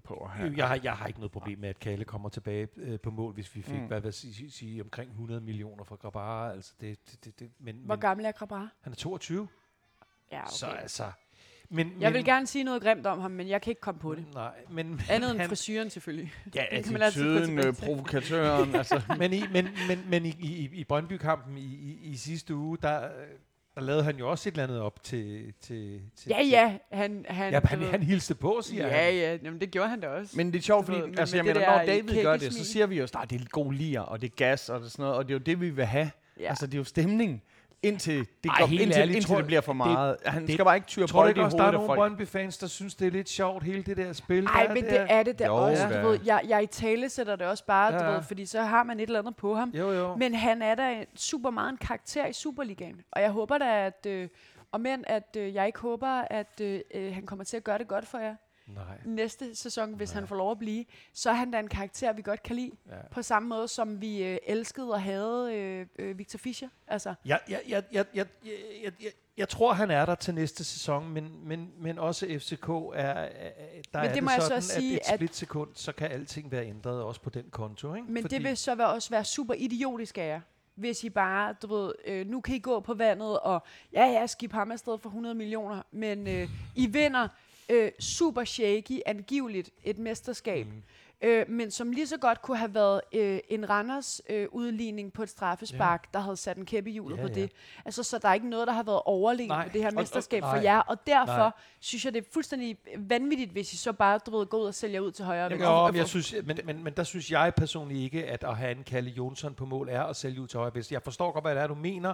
på. Her. Jeg har, jeg har ikke noget problem med, at Kalle kommer tilbage øh, på mål, hvis vi fik, Mm. hvad vil sige, sige, omkring hundrede millioner fra Grabara. Altså det, det, det, det, men, Hvor men, gammel er Grabara? han er toogtyve, Ja, okay. så altså... Men, Jeg men, vil gerne sige noget grimt om ham, men jeg kan ikke komme på det. Nej, men... Andet end han- frisyren selvfølgelig. Ja, Det kan man altid gå attituden, tilbage øh, til. provokatøren, altså. men i, men, men, men i, i, i Brøndby-kampen i, i, i sidste uge, der, der lavede han jo også et eller andet op til... til, til Ja, ja. Han, han, Ja, du han, ved- han hilste på, siger ja, han. ja. Jamen, det gjorde han da også. Men det er sjovt, Du fordi ved, men altså, med jeg det mener, når der David gør det, så kækkesmil. siger vi jo, at det er god lir, og det er gas, og det er sådan noget, og det er jo det, vi vil have. Ja. Altså, det er jo stemning, indtil det, Ej, går, helt indtil, ærligt, indtil tror det jeg- bliver for det- meget. Han det- skal bare ikke tyre Tror du bold i ikke også, der hovedet er af nogle folk. Brøndby-fans, der synes, det er lidt sjovt, hele det der spil? Ej, der men der? det er det der Jo, også. da. Du ved, jeg, jeg i tale sætter det også bare, Ja. du ved, fordi så har man et eller andet på ham. Jo, jo. Men han er da en super meget en karakter i Superligaen. Og jeg håber da, at... Øh, og men at øh, jeg ikke håber, at øh, øh, han kommer til at gøre det godt for jer Nej. næste sæson, hvis Nej. han får lov at blive. Så er han da en karakter, vi godt kan lide. Ja. På samme måde, som vi øh, elskede og havde øh, øh, Victor Fischer. Altså, Jeg, jeg, jeg, jeg, jeg, jeg, jeg, jeg, jeg tror, han er der til næste sæson, men, men, men også F C K er, er der Men er det må jeg så sådan, også sige, at et at- splitsekund, så kan alting være ændret også på den konto. Ikke? men det vil så være, også være super idiotisk af jer. Hvis I bare, du ved, øh, nu kan I gå på vandet, og ja, ja, skib ham afsted for hundrede millioner, men øh, I vinder øh, super shaky, angiveligt et mesterskab, mm. øh, men som lige så godt kunne have været øh, en Randers øh, udligning på et straffespark, ja. der havde sat en kæppe i hjulet Ja, på ja. det. Altså, så der er ikke noget, der har været overlegen Nej. på det her Og- mesterskab og- for nej. jer, og derfor Nej. synes jeg, det er fuldstændig vanvittigt, hvis I så bare, du ved, går ud og sælger ud til højre og Jo, venstre. men, jeg synes, men, men, men der synes jeg personligt ikke, at at have en Kalle Jonsson på mål er at sælge ud til højre og venstre. Jeg forstår godt, hvad det er, du mener,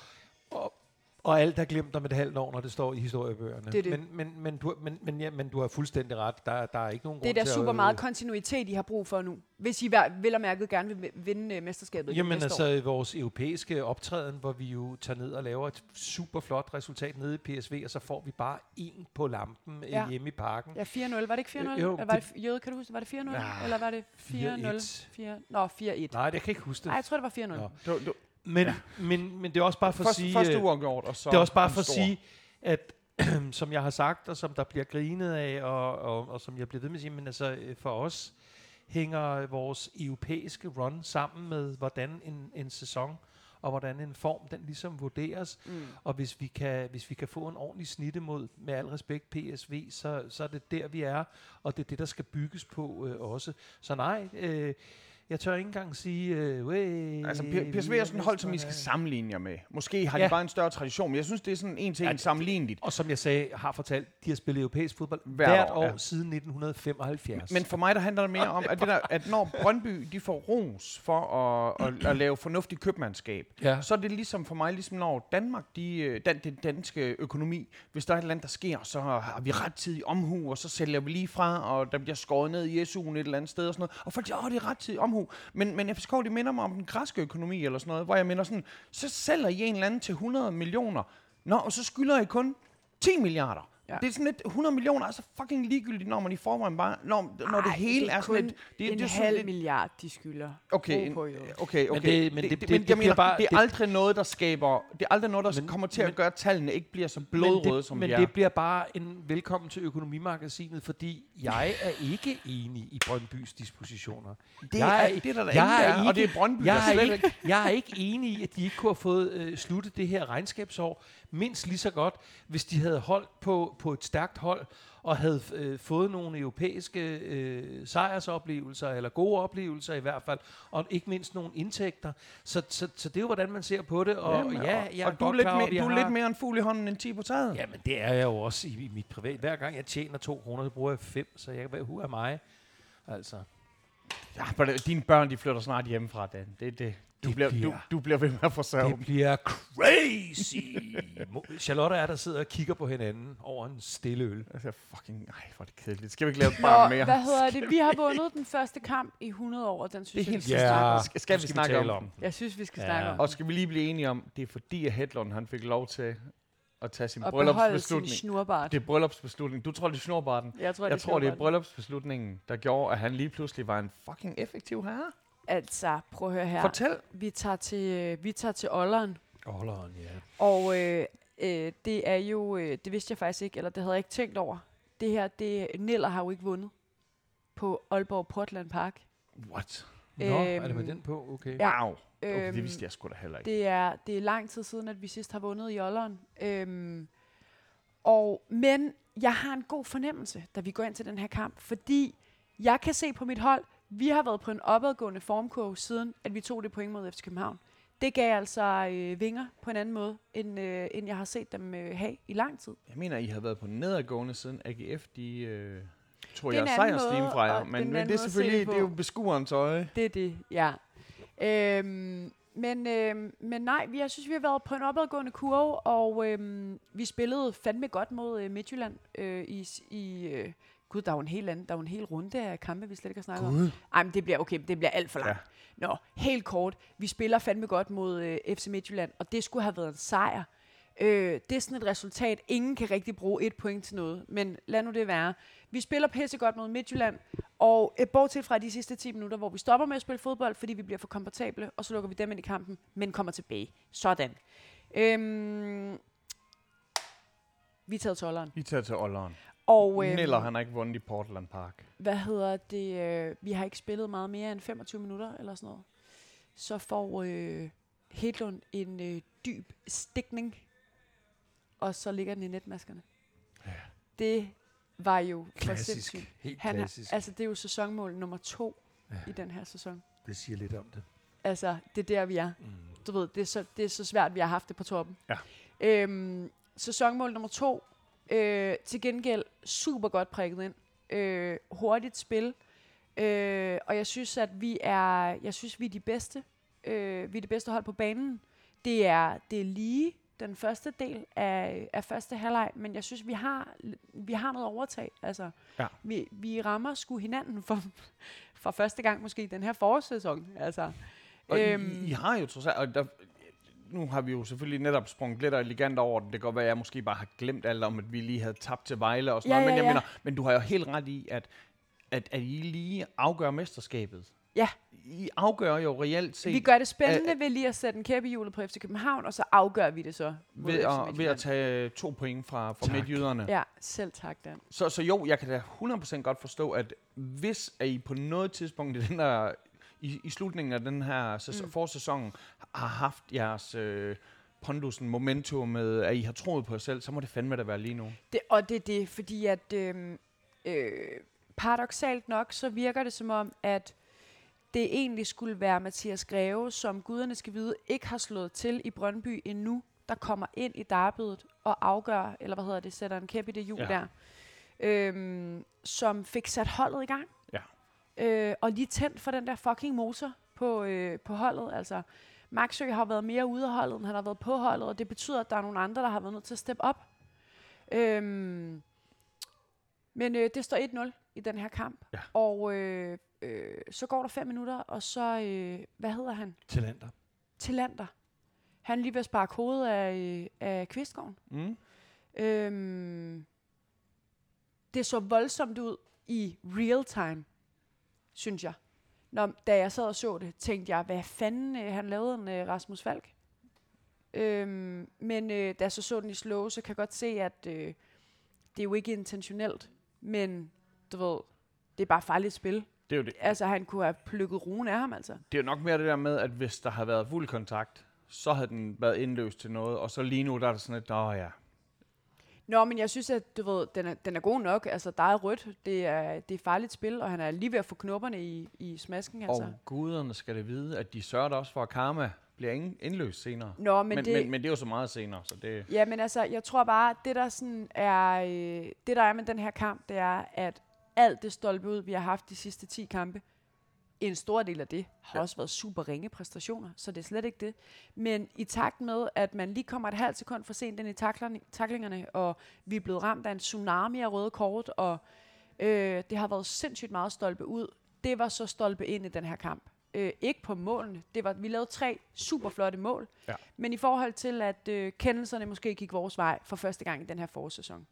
og, og alt er glemt om et halvt år, når det står i historiebøgerne. Det er det. Men, men, men, du, men, men, ja, men du har fuldstændig ret. Der, der er ikke nogen Det er grund der til super at, meget kontinuitet, I har brug for nu. Hvis I vær- vel og mærket gerne vil vinde øh, mesterskabet Jamen næste altså år. i vores europæiske optræden, hvor vi jo tager ned og laver et super flot resultat nede i P S V, og så får vi bare en på lampen Ja. ja. hjemme i parken. Ja, fire nul. Var det ikke fire nul? Jo, Eller var det, det- Jøde, kan du huske, var det fire nul? Ja, Eller var det fire nul? fire et. fire Nå, fire et. Nej, det kan jeg ikke huske det. Nej, jeg tror, det var fire nul. Nå. Du, du, Men, ja. men, men det er også bare for at første, sige... første øh, uafgjort, og så Det er også bare en for at stor. sige, at som jeg har sagt, og som der bliver grinet af, og, og, og som jeg bliver ved med at sige, men altså øh, for os hænger vores europæiske run sammen med, hvordan en, en sæson og hvordan en form, den ligesom vurderes. Mm. Og hvis vi kan, hvis vi kan få en ordentlig snitte mod, med al respekt, P S V, så, så er det der, vi er, og det er det, der skal bygges på øh, også. Så nej, øh, jeg tør ikke engang sige... Øh, Way, Altså, P- PSV er sådan et hold, som I skal sammenligne jer med. Måske har de Ja. bare en større tradition, men jeg synes, det er sådan en til Ja, en sammenligneligt. Og som jeg sagde, har fortalt, de har spillet europæisk fodbold Hvert hvert, år, år, ja. år siden nitten femoghalvfjerds. Men for mig, der handler det mere om, at, det der, at når Brøndby de får ros for at, at, at lave fornuftig købmandskab, Ja. så er det ligesom for mig, ligesom når Danmark, de, øh, dan, den danske økonomi, hvis der er et eller andet, der sker, så har vi rettidig omhu, og så sælger vi lige fra, og der bliver skåret ned i S U'en et eller andet sted og sådan noget. Og folk siger, åh, det er rettidig omhu. Men, men F C K, de minder mig om den græske økonomi eller sådan noget, hvor jeg mener sådan, så sælger I en eller anden til hundrede millioner, nå, og så skylder I kun ti milliarder. Ja. Det er sådan lidt, hundrede millioner er så fucking ligegyldigt, når man i forvejen bare, når, når det Ej, hele det er, er sådan kun lidt... Det, en det er sådan halv lidt, milliard, de skylder. Okay, Ro en, på, jo. okay, okay. det- men det- det- men det jeg bliver mener, bare- det er det- aldrig noget, der skaber... Det er aldrig noget, der Men- kommer til at men- gøre, at tallene ikke bliver så men blodrøde, det, som men de er. det bliver bare en velkommen til økonomimagasinet, fordi jeg er ikke enig i Brøndbys dispositioner. Det jeg er- det er der da jeg ingen, der er, ikke, og det er Brøndby, der jeg er, slet ikke, jeg er ikke enig i, at de ikke kunne have fået øh, sluttet det her regnskabsår mindst lige så godt, hvis de havde holdt på, på et stærkt hold, og havde øh, fået nogle europæiske øh, sejrsoplevelser, eller gode oplevelser i hvert fald, og ikke mindst nogle indtægter. Så, så, så det er jo, hvordan man ser på det, og Jamen, ja, jeg er og du er, godt lidt klar over, mere, at vi du er har- lidt mere en fugl i hånden end ti på taget. Jamen, det er jeg jo også i, i mit privat. Hver gang jeg tjener to kroner, så bruger jeg fem, så jeg kan være hu af mig. Altså, Ja, men dine børn, de flytter snart hjemmefra, Dan. Det er det. Du, Det bliver, du, bliver- du bliver ved med at forsørge det dem. bliver crazy. Mo- Charlotte er der sidder og kigger på hinanden over en stille øl. Altså, fucking... Ej, hvor er det kedeligt. Skal vi ikke lave et Nå, barn mere? hvad hedder det? Vi har vundet den første kamp i hundrede år, og den synes Det er jeg, helt vi skal snakke om. Skal- skal vi snakke tale om om? Jeg synes, vi skal Ja. snakke om. Og skal vi lige blive enige om, det er fordi, at Hedlund, han fik lov til at tage sin Og beholde sin bryllupsbeslutning. snurbart. Det er bryllupsbeslutning. Du tror, det er snorbarten. Jeg tror, Jeg det tror, det er snurbart. bryllupsbeslutningen, der gjorde, at han lige pludselig var en fucking effektiv herre. Altså, prøv at høre her. Fortæl. Vi tager til, øh, vi tager til Olleren, Olleren, ja. og øh, øh, det er jo, øh, det vidste jeg faktisk ikke, eller det havde jeg ikke tænkt over. Det her, det, Niller har jo ikke vundet på Aalborg Portland Park. What? Nå, Øhm, er det med den på? Okay. Ja. Wow. Okay, Øhm, det vidste jeg sgu da heller ikke. Det er, det er lang tid siden, at vi sidst har vundet i Olleren. Øhm, og, men jeg har en god fornemmelse, da vi går ind til den her kamp, fordi jeg kan se på mit hold, vi har været på en opadgående formkurve siden, at vi tog det point mod F C København. Det gav altså øh, vinger på en anden måde, end, øh, end jeg har set dem øh, have i lang tid. Jeg mener, I har været på nedadgående siden A G F, de øh, tror Det er jeg en anden sejrsteam måde, fra jer. og det er Men, en men anden det er måde at se selvfølgelig, det på. det er jo beskuerens øje. Det er det, ja. Øhm, men, øhm, men nej, vi, jeg synes, vi har været på en opadgående kurve, og øhm, vi spillede fandme godt mod øh, Midtjylland øh, i... i øh, Gud, der er jo en helt anden, der er jo en hel runde af kampe, vi slet ikke har snakket om. Ej, men det bliver, okay, det bliver alt for langt. Ja. Nå, helt kort. Vi spiller fandme godt mod øh, F C Midtjylland, og det skulle have været en sejr. Øh, det er sådan et resultat, ingen kan rigtig bruge et point til noget, men lad nu det være. Vi spiller pissegodt mod Midtjylland, og øh, bortset fra de sidste ti minutter, hvor vi stopper med at spille fodbold, fordi vi bliver for komfortable, og så lukker vi dem ind i kampen, men kommer tilbage. Sådan. Øhm, vi er taget til Olleren. I tager til Olleren. Og, øhm, Neller, han har ikke vundet i Portland Park. hvad hedder det? Øh, vi har ikke spillet meget mere end femogtyve minutter, eller sådan noget. Så får øh, Hedlund en øh, dyb stikning, og så ligger den i netmaskerne. Ja. Det var jo for Klassisk. sindssygt. Helt Han klassisk. har, altså, det er jo sæsonmål nummer to Ja. i den her sæson. Det siger lidt om det. Altså, det er der, vi er. Mm. Du ved, det er, så, det er så svært, vi har haft det på toppen. Ja. Øhm, sæsonmål nummer to. Øh, til gengæld super godt prikket ind. Øh, hurtigt spil. Øh, og jeg synes, at vi er, jeg synes, vi er de bedste. Øh, vi er det bedste hold på banen. Det er, det er lige den første del af, af første halvleg, men jeg synes, vi har, vi har noget overtag. Altså, Ja. vi, vi rammer sgu hinanden for, for første gang måske i den her forårssæson. Altså, Og øhm, I, I har jo trods alt, og der, nu har vi jo selvfølgelig netop sprunget lidt og elegant over det. Det kan godt være, at jeg måske bare har glemt alt om, at vi lige havde tabt til Vejle og sådan Ja, noget. Men, ja, jeg ja. mener, men du har jo helt ret i, at, at, at I lige afgør mesterskabet. Ja. I afgør jo reelt set vi gør det spændende Æ, ved lige at sætte en kæppe i hjulet på F C København, og så afgør vi det så. mod ved, F C at, ved Midtjylland. at tage to point fra, fra Tak. midtjyderne. Ja, selv tak, Dan. Så, så jo, jeg kan da hundrede procent godt forstå, at hvis at I på noget tidspunkt i, den der, i, i slutningen af den her sæson, Mm. forsæsonen har haft jeres øh, pondusen momentum med, at I har troet på jer selv, så må det fandme da være lige nu. Det, og det er det, fordi at øhm, øh, paradoksalt nok, så virker det som om, at det egentlig skulle være Mathias Greve, som guderne skal vide, ikke har slået til i Brøndby endnu, der kommer ind i derbyet og afgør, eller hvad hedder det, sætter en kæp i det hjul Ja. der, øhm, som fik sat holdet i gang. Ja. Øh, og lige tændt for den der fucking motor på, øh, på holdet. Altså, Maxø har været mere ude af holdet, end han har været på holdet, og det betyder, at der er nogle andre, der har været nødt til at steppe op. Øhm, men øh, det står et nul i den her kamp. Ja. Og øh, øh, så går der fem minutter, og så, øh, hvad hedder han? Talenter. Tillander. Han er lige ved at sparke hovedet af, øh, af Kvistgården. Mm. Øhm, det så voldsomt ud i real time, synes jeg. Når, da jeg sad og så det, tænkte jeg, hvad fanden, øh, han lavede en øh, Rasmus Falk. Øhm, men øh, da jeg så så den i slow, så kan jeg godt se, at øh, det er jo ikke intentionelt, men du ved, det er bare farligt spil. Det er jo det. Altså, han kunne have plukket ruen af ham, altså. Det er jo nok mere det der med, at hvis der har været fuld kontakt, så havde den været indløst til noget, og så lige nu, der er det sådan et, åh ja. Nå, men jeg synes, at du ved, den er, den er god nok. Altså, der er rødt. Det er, det er farligt spil, og han er lige ved at få knopperne i, i smasken, altså. Og guderne skal det vide, at de sørger da også for, at karma bliver ingen- indløst senere. Nå, men, Men, men, det... men, men det er jo så meget senere, så det... Ja, men altså, jeg tror bare, det der sådan er, øh, det der er med den her kamp, det er, at alt det stolpe ud, vi har haft de sidste ti kampe, en stor del af det har Ja. også været super ringe præstationer, så det er slet ikke det. Men i takt med, at man lige kommer et halvt sekund for sent ind i taklerne- taklingerne, og vi er blevet ramt af en tsunami af røde kort, og øh, det har været sindssygt meget stolpe ud, det var så stolpe ind i den her kamp. Øh, ikke på målene. Det var, vi lavede tre super flotte mål. Ja. Men i forhold til, at øh, kendelserne måske gik vores vej for første gang i den her forårssæson.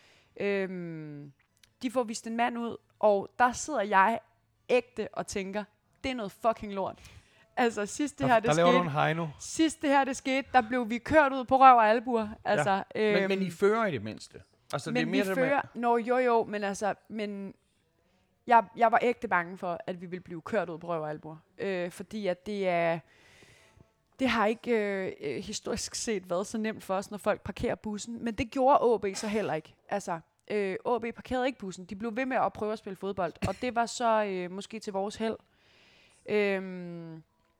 Øhm, de får vist en mand ud, og der sidder jeg ægte og tænker, det er noget fucking lort. Altså sidst det Der, her, det der laver du skete, en Heino. sidst det her, det skete, der blev vi kørt ud på røv og albuer. Altså, øhm, Men, men I fører i det mindste. Altså, men det er mere vi det fører, med, nå jo jo, men altså, men jeg, jeg var ægte bange for, at vi ville blive kørt ud på røv og albuer. Øh, fordi at det er... Det har ikke øh, historisk set været så nemt for os, når folk parkerer bussen. Men det gjorde A B så heller ikke. Altså, øh, A B parkerede ikke bussen. De blev ved med at prøve at spille fodbold. Og det var så øh, måske til vores held. Øhm,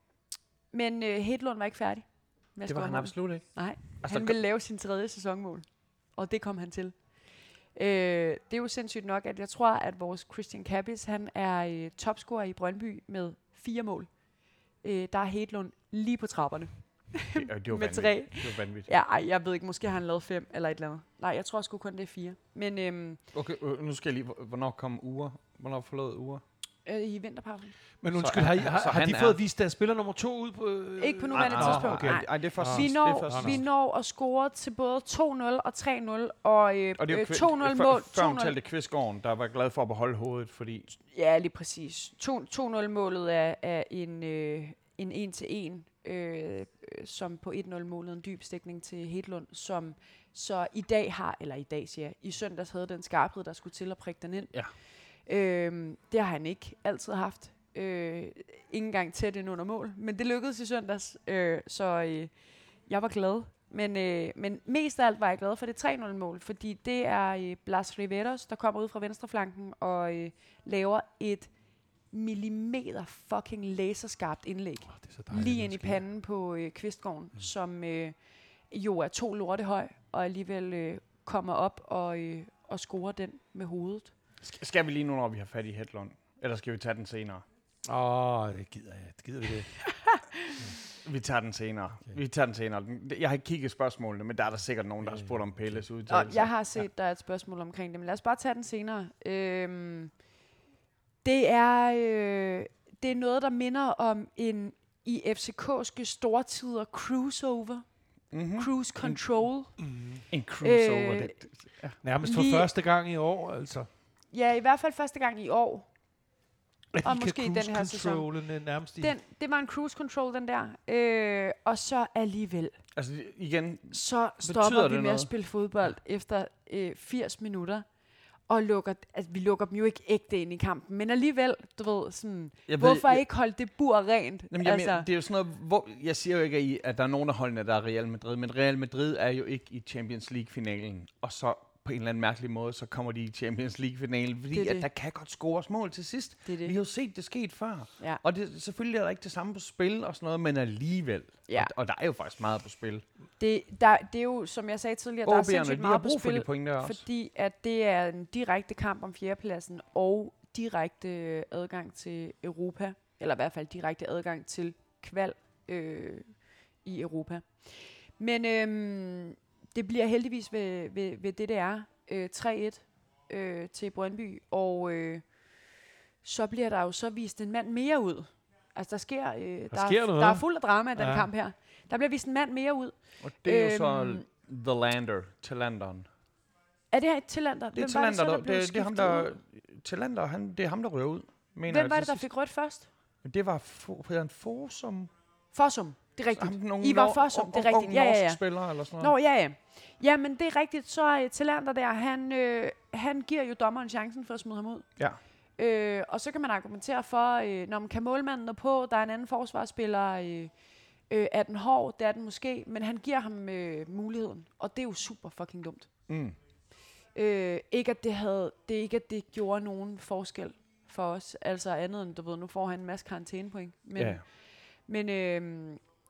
men øh, Hedlund var ikke færdig. Det var han absolut ikke. Nej, altså, han ville lave sin tredje sæsonmål. Og det kom han til. Øh, det er jo sindssygt nok, at jeg tror, at vores Christian Kappis, han er øh, topscorer i Brøndby med fire mål. Øh, der er Hedlund lige på trapperne. Det, det var med vanvittigt. tre. Det var vanvittigt. Ja, ej, jeg ved ikke, måske har han lavet fem eller et eller andet. Nej, jeg tror sgu kun, det er fire. Men øhm, Okay, øh, nu skal jeg lige... Hvornår kom uger? Hvornår forlod uger? øh, i vinterpausen. Men undskyld, har, I, har, så har han de er- fået vist deres spiller nummer to ud på... Øh, Ikke på nuværende Ah, tidspunkt. Okay. Nej. Ej, det er først Ah. Vi sidst. Det er når, først vi sidst. når at score til både to nul og tre nul, og, øh, Og det er jo øh, kvi- to nul før- mål. Før to nul omtalte Kvistgården, der var glad for at beholde hovedet, fordi... Ja, lige præcis. to nul målet er, er en, øh, en en-til-en, øh, øh, som på et nul målet en dyb stikning til Hedlund, som så i dag har, eller i dag siger jeg, i søndags havde den skarphed, der skulle til at prikke den ind. Ja. Øhm, det har han ikke altid haft. Øh, ikke engang tæt ind under mål, men det lykkedes i søndags, øh, så øh, jeg var glad. Men, øh, men mest af alt var jeg glad for det tre nul mål, fordi det er øh, Blas Riveros, der kommer ud fra venstreflanken og øh, laver et millimeter fucking laserskarpt indlæg. Oh, det er så dejligt, Lige når ind i det sker. panden på øh, Kvistgården, mm. som øh, jo er to lorte høj, og alligevel øh, kommer op og, øh, og scorer den med hovedet. Sk- Skal vi lige nu, når vi har fat i Hedlund? Eller skal vi tage den senere? Åh, oh, det gider jeg. Det gider vi det. Vi tager den senere. Okay. Vi tager den senere. Den- Jeg har ikke kigget spørgsmålene, men der er der sikkert nogen, der har spurgt om Pelles Og udtalelse. jeg har set, ja. der er et spørgsmål omkring det, men lad os bare tage den senere. Øhm, det, er, øh, det er noget, der minder om en i F C K'ske stortider cruiseover. Mm-hmm. Cruise control. En cruise over Øh, det. Ja. Nærmest for Lige- første gang i år, altså. Ja, i hvert fald første gang i år. At Og I måske kan i den her sæson. cruise-controlle nærmest i... Den, det var en cruise control, den der. Øh, og så alligevel, Altså igen, så Betyder stopper det vi med noget? at spille fodbold efter øh, firs minutter. Og lukker, altså, vi lukker dem jo ikke ægte ind i kampen, men alligevel, du ved, sådan, jeg ved, hvorfor jeg, ikke holde det bur rent? Jamen, jeg altså, mener, det er jo sådan noget, hvor, jeg siger jo ikke, at, I, at der er nogen af holdene, der er Real Madrid, men Real Madrid er jo ikke i Champions League-finalen, og så på en eller anden mærkelig måde, så kommer de i Champions League-finalen, fordi Det er at det. der kan godt scores mål til sidst. det er det. Vi har jo set det sket før. Ja. Og det, selvfølgelig er der ikke det samme på spil og sådan noget, men alligevel. Ja. Og, og der er jo faktisk meget på spil. Det, der, det er jo, som jeg sagde tidligere, der er O B'erne, sindssygt de har meget på brug for de spil, point der også. fordi at det er en direkte kamp om fjerdepladsen og direkte øh, adgang til Europa, eller i hvert fald direkte adgang til kval øh, i Europa. Men øhm, det bliver heldigvis ved, ved, ved det, det er. Øh, tre et øh, til Brøndby, og øh, så bliver der jo så vist en mand mere ud. Altså, der sker, øh, der, sker er, noget. der er fuld af drama i den Ja. kamp her. Der bliver vist en mand mere ud. Og det er jo så Øhm, The Lander, Talanderen. Er det her et Tillander? Det er Hvem var det så, Talander, der blev det, det er ham, skiftet der... ud? Talander, han, det er ham, der rører ud. Mener Hvem jeg var til det, der sidst. fik rødt først? Det var for, hedder han Forsum. Fossum, det er rigtigt. Ham, nogen Ivar nor- Fossum, det er ung- rigtigt. ung Ja, ja, norsk ja. spiller eller sådan noget. Nå, ja, ja. Ja, men det er rigtigt. Så uh, Tillander der, han, øh, han giver jo dommeren chancen for at smide ham ud. Ja. Øh, og så kan man argumentere for, øh, når man kan målmanden er på, der er en anden forsvarsspiller, øh, øh, er den hård, det er den måske, men han giver ham øh, muligheden, og det er jo super fucking dumt. Mm. Øh, ikke at det havde, det er ikke at det gjorde nogen forskel for os, altså andet end, du ved, nu får han en masse karantænepoint. Men, Ja. men øh,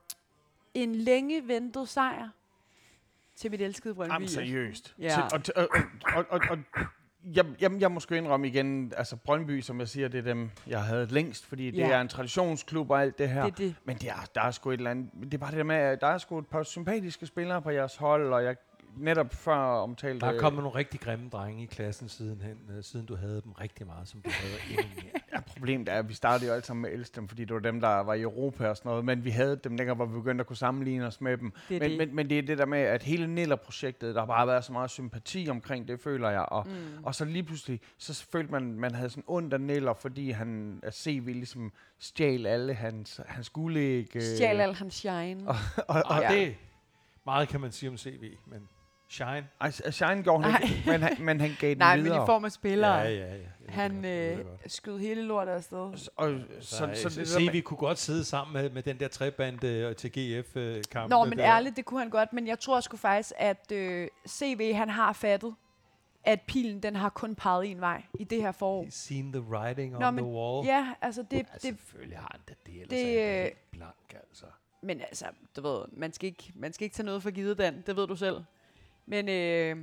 en længe ventet sejr til mit elskede Brøndby. Jamen seriøst. Ja. Til, og, og, og, og, og, og jeg, jeg, jeg må sgu indrømme igen, altså Brøndby, som jeg siger, det er dem, jeg havde længst, fordi det Ja. er en traditionsklub og alt det her. Det er det. Men det er, der er sgu et eller andet, det er bare det der med, at der er sgu et par sympatiske spillere på jeres hold, og jeg netop før omtalte... Der er kommet nogle rigtig grimme drenge i klassen sidenhen, øh, siden du havde dem rigtig meget, som du havde endnu mere. Ja, problemet er, at vi startede jo alle sammen med at elske dem, fordi det var dem, der var i Europa og sådan noget, men vi havde dem dengang, hvor vi begyndte at kunne sammenligne os med dem. Det er Men, det. men, men det er det der med, at hele Niller-projektet, der har bare været så meget sympati omkring det, føler jeg. Og, Mm. og så lige pludselig, så følte man, man havde sådan ondt af Niller, fordi han af C V ligesom stjal alle hans, hans guldæg. øh, Stjal al hans shine. Og, og, Og Ja. det, meget kan man sige om C V, men Shine. Ej, Shine gjorde han ikke, men han, men han gav den Nej, videre. men i form af spillere. Ja, ja, ja. Han øh, skød hele lortet afsted. Og, så, så, så, så det se, der vi kunne godt sidde sammen med, med den der trebande til G F-kampen. Nå, men der. ærligt, det kunne han godt. Men jeg tror sgu faktisk, at øh, C V, han har fattet, at pilen, den har kun peget en vej i det her forår. He's seen the writing Nå, on men, the wall. Ja, altså det... Ja, det selvfølgelig har han da det, ellers det, er han da øh, helt blank, altså. men altså, du ved, man skal ikke, man skal ikke tage noget for givet, Dan. Det ved du selv. Men øh,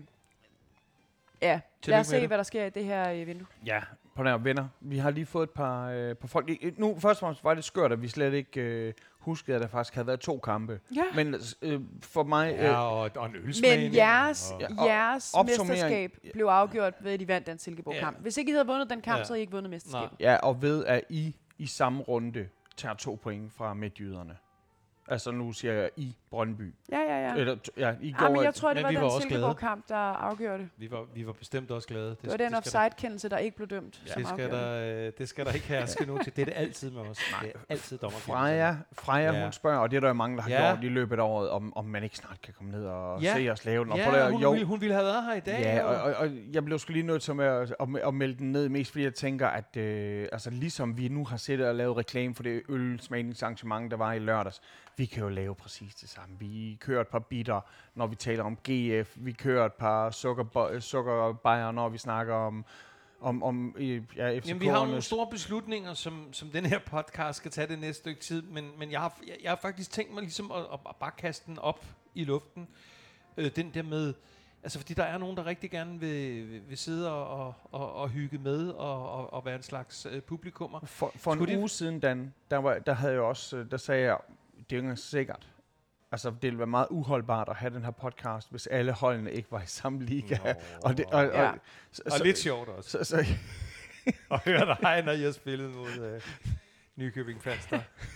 ja, lad os se, hvad der sker i det her øh, vindue. Ja, på nær venner. Vi har lige fået et par, øh, par folk. I- Nu, først og fremmest var det skørt, at vi slet ikke øh, huskede, at der faktisk havde været to kampe. Ja. Men øh, for mig... Øh, Ja, og, og en ølsmagning. Men jeres, og, Ja, og jeres opsummering- mesterskab blev afgjort ved, at de vandt den Silkeborg-kamp. Ja. Hvis ikke I havde vundet den kamp, Ja. så havde I ikke vundet mesterskabet. ja, og ved, at I i samme runde tager to point fra midtjyderne. Altså nu siger jeg I Brøndby. Ja, ja, ja. Eller, t- ja, I Ja, går... men jeg tror, det Men var vi var den også Silkeborg-kamp, der afgjorde det. vi, var, vi var bestemt også glade. Det var den offside-kendelse, der ikke blev dømt. Det som skal, afgjorde det. der, øh, det skal der ikke herske nu til. Det er det altid med os. Det er altid dommerkendelse. Freja, Freja Ja. hun spørger, og det er der jo mange, der har Ja. gjort i løbet af året, om, om man ikke snart kan komme ned og Ja. se os lave den. Og prøv Ja, at- hun, jo, ville, hun ville have været her i dag. Ja, jo. og, og, og jeg blev sgu lige nødt til med at, at, at melde den ned, mest fordi jeg tænker, at øh, altså, ligesom vi nu har siddet og lavet reklame for det ølsmagningsarrangement, der var i lørdags, vi kan jo lave præcis det samme. Vi kører et par bitter, når vi taler om G F. Vi kører et par sukker, sukkerbajer, når vi snakker om, om, om øh, ja, F C K'ernes. Jamen, vi har jo nogle store beslutninger, som, som den her podcast skal tage det næste stykke tid, men, men jeg, har, jeg, jeg har faktisk tænkt mig ligesom at, at bare kaste den op i luften. Øh, den der med, altså fordi der er nogen, der rigtig gerne vil, vil, vil sidde og, og, og hygge med og, og, og være en slags øh, publikummer. For, for en Skulle de- uge siden, Dan, der, var, der havde jeg også, øh, der sagde jeg, det er jo ikke engang sikkert. Altså, det ville være meget uholdbart at have den her podcast, hvis alle holdene ikke var i samme liga. Nå. og, det, og, Ja. og, så, Og lidt sjovt også. Så, så, Og høre dig, når I har spillet mod øh, Nykøbing Falster.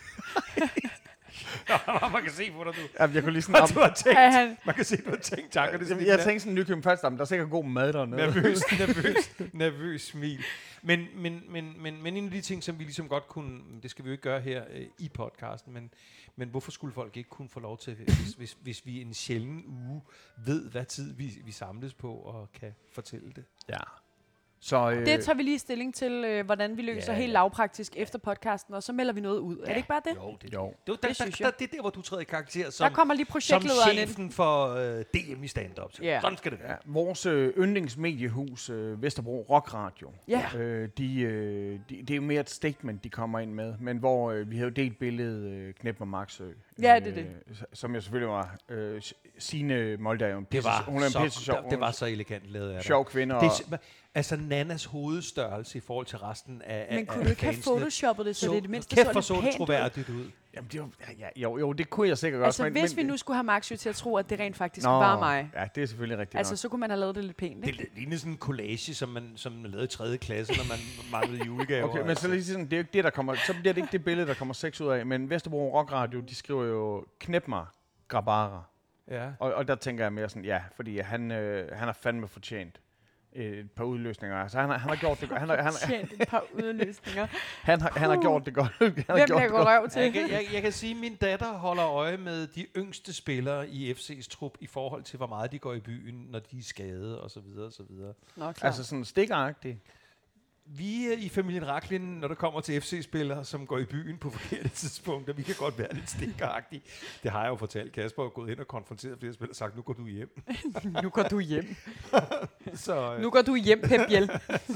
Man kan se på dig, du. ja, jeg kunne lige sådan... Og du har tænkt, Ja, han- man kan se, du har tænkt tanker. Det er jeg, sådan jeg lidt tænkte sådan, Nykøbing Falster, der er sikkert god mad dernede. nervøs, nervøs, nervøs smil. Men, men, men, men, men en af de ting, som vi ligesom godt kunne, det skal vi jo ikke gøre her øh, i podcasten, men, men hvorfor skulle folk ikke kunne få lov til, hvis, hvis, hvis vi en sjælden uge ved, hvad tid vi, vi samles på og kan fortælle det? Ja. Så, øh, Det tager vi lige stilling til, øh, hvordan vi løser Ja, helt ja. lavpraktisk efter podcasten, og så melder vi noget ud. Er det ikke bare det? Jo, det, Jo. det, det, der, Det synes der, jeg. der, det er der, hvor du træder i karakter Der som, kommer lige som projektlederen ind. chefen for øh, D M i stand-up. Ja. Sådan skal det være. Ja, vores øh, yndlingsmediehus, øh, Vesterbro Rock Radio, Ja. øh, de, øh, de, det er jo mere et statement, de kommer ind med, men hvor øh, vi havde jo delt billedet øh, Knep og Maxø. Ja, det er det. Øh, som jeg selvfølgelig var. Øh, Signe Molde er jo en Det pisse, var, hun er en så, pisse sjov, det, det var så elegant lavet af dig. sjov kvinde. Det Og, er, sim- altså Nannas hovedstørrelse i forhold til resten af Men af, kunne af du ikke have fansene. photoshoppet det, så, Så, det i det mindste kæft, så hvor lidt så det pænt ud? troværdigt ud. jamen, det var, ja, ja, jo, jo, det kunne jeg sikkert Altså, også. Men, hvis men, vi nu skulle have Maxø til at tro, at det rent faktisk Nå, var mig, Ja, det er selvfølgelig rigtigt altså, nok. så kunne man have lavet det lidt pænt, ikke? Det ligner sådan en collage, som man, som man lavede i tredje klasse, når man manglede julegaver. Okay, men så lige sådan, det er jo ikke det, der kommer, så bliver det ikke det billede, der kommer seks ud af, men Vesterbro Rock Radio, de skriver jo, knep mig, Grabara. Ja. Og, og der tænker jeg mere sådan, ja, fordi han, øh, han har fandme fortjent et par udløsninger. Altså, han, har, han har gjort det godt. Han, har- han, han, Tjent et par udløsninger. han, har, han har gjort det godt. Han har Hvem gjort jeg det går godt. røv til? Jeg, kan, jeg, jeg kan sige, at min datter holder øje med de yngste spillere i F C's trup i forhold til, hvor meget de går i byen, når de er skadede osv. osv. Nå, klar. Altså sådan stikkeragtigt. Vi er i familien Raklin, når det kommer til F C-spillere, som går i byen på forkerte tidspunkter. Vi kan godt være lidt stikkeragtige. Det har jeg jo fortalt. Kasper er gået ind og konfronteret flere spillere og sagt, nu går du hjem. Nu går du hjem. Så, øh, Nu går du hjem, Pep Biel.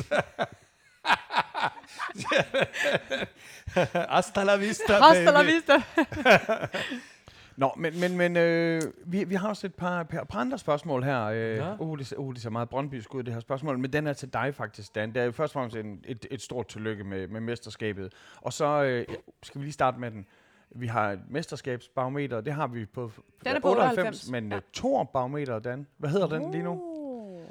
hasta la vista, Hasta la baby. vista. Nå, men, men, men øh, vi, vi har også et par, par, par andre spørgsmål her. Øh, Ja. uh, det, uh, det ser meget Brøndbysk ud, det her spørgsmål. Men den er til dig faktisk, Dan. Det er jo først og fremmest en, et, et stort tillykke med, med mesterskabet. Og så øh, ja, skal vi lige starte med den. Vi har et mesterskabsbarometer, det har vi på, Den er på otteoghalvfems. men Ja. ja. Thor-barometer, Dan. Hvad hedder den lige nu? Uh.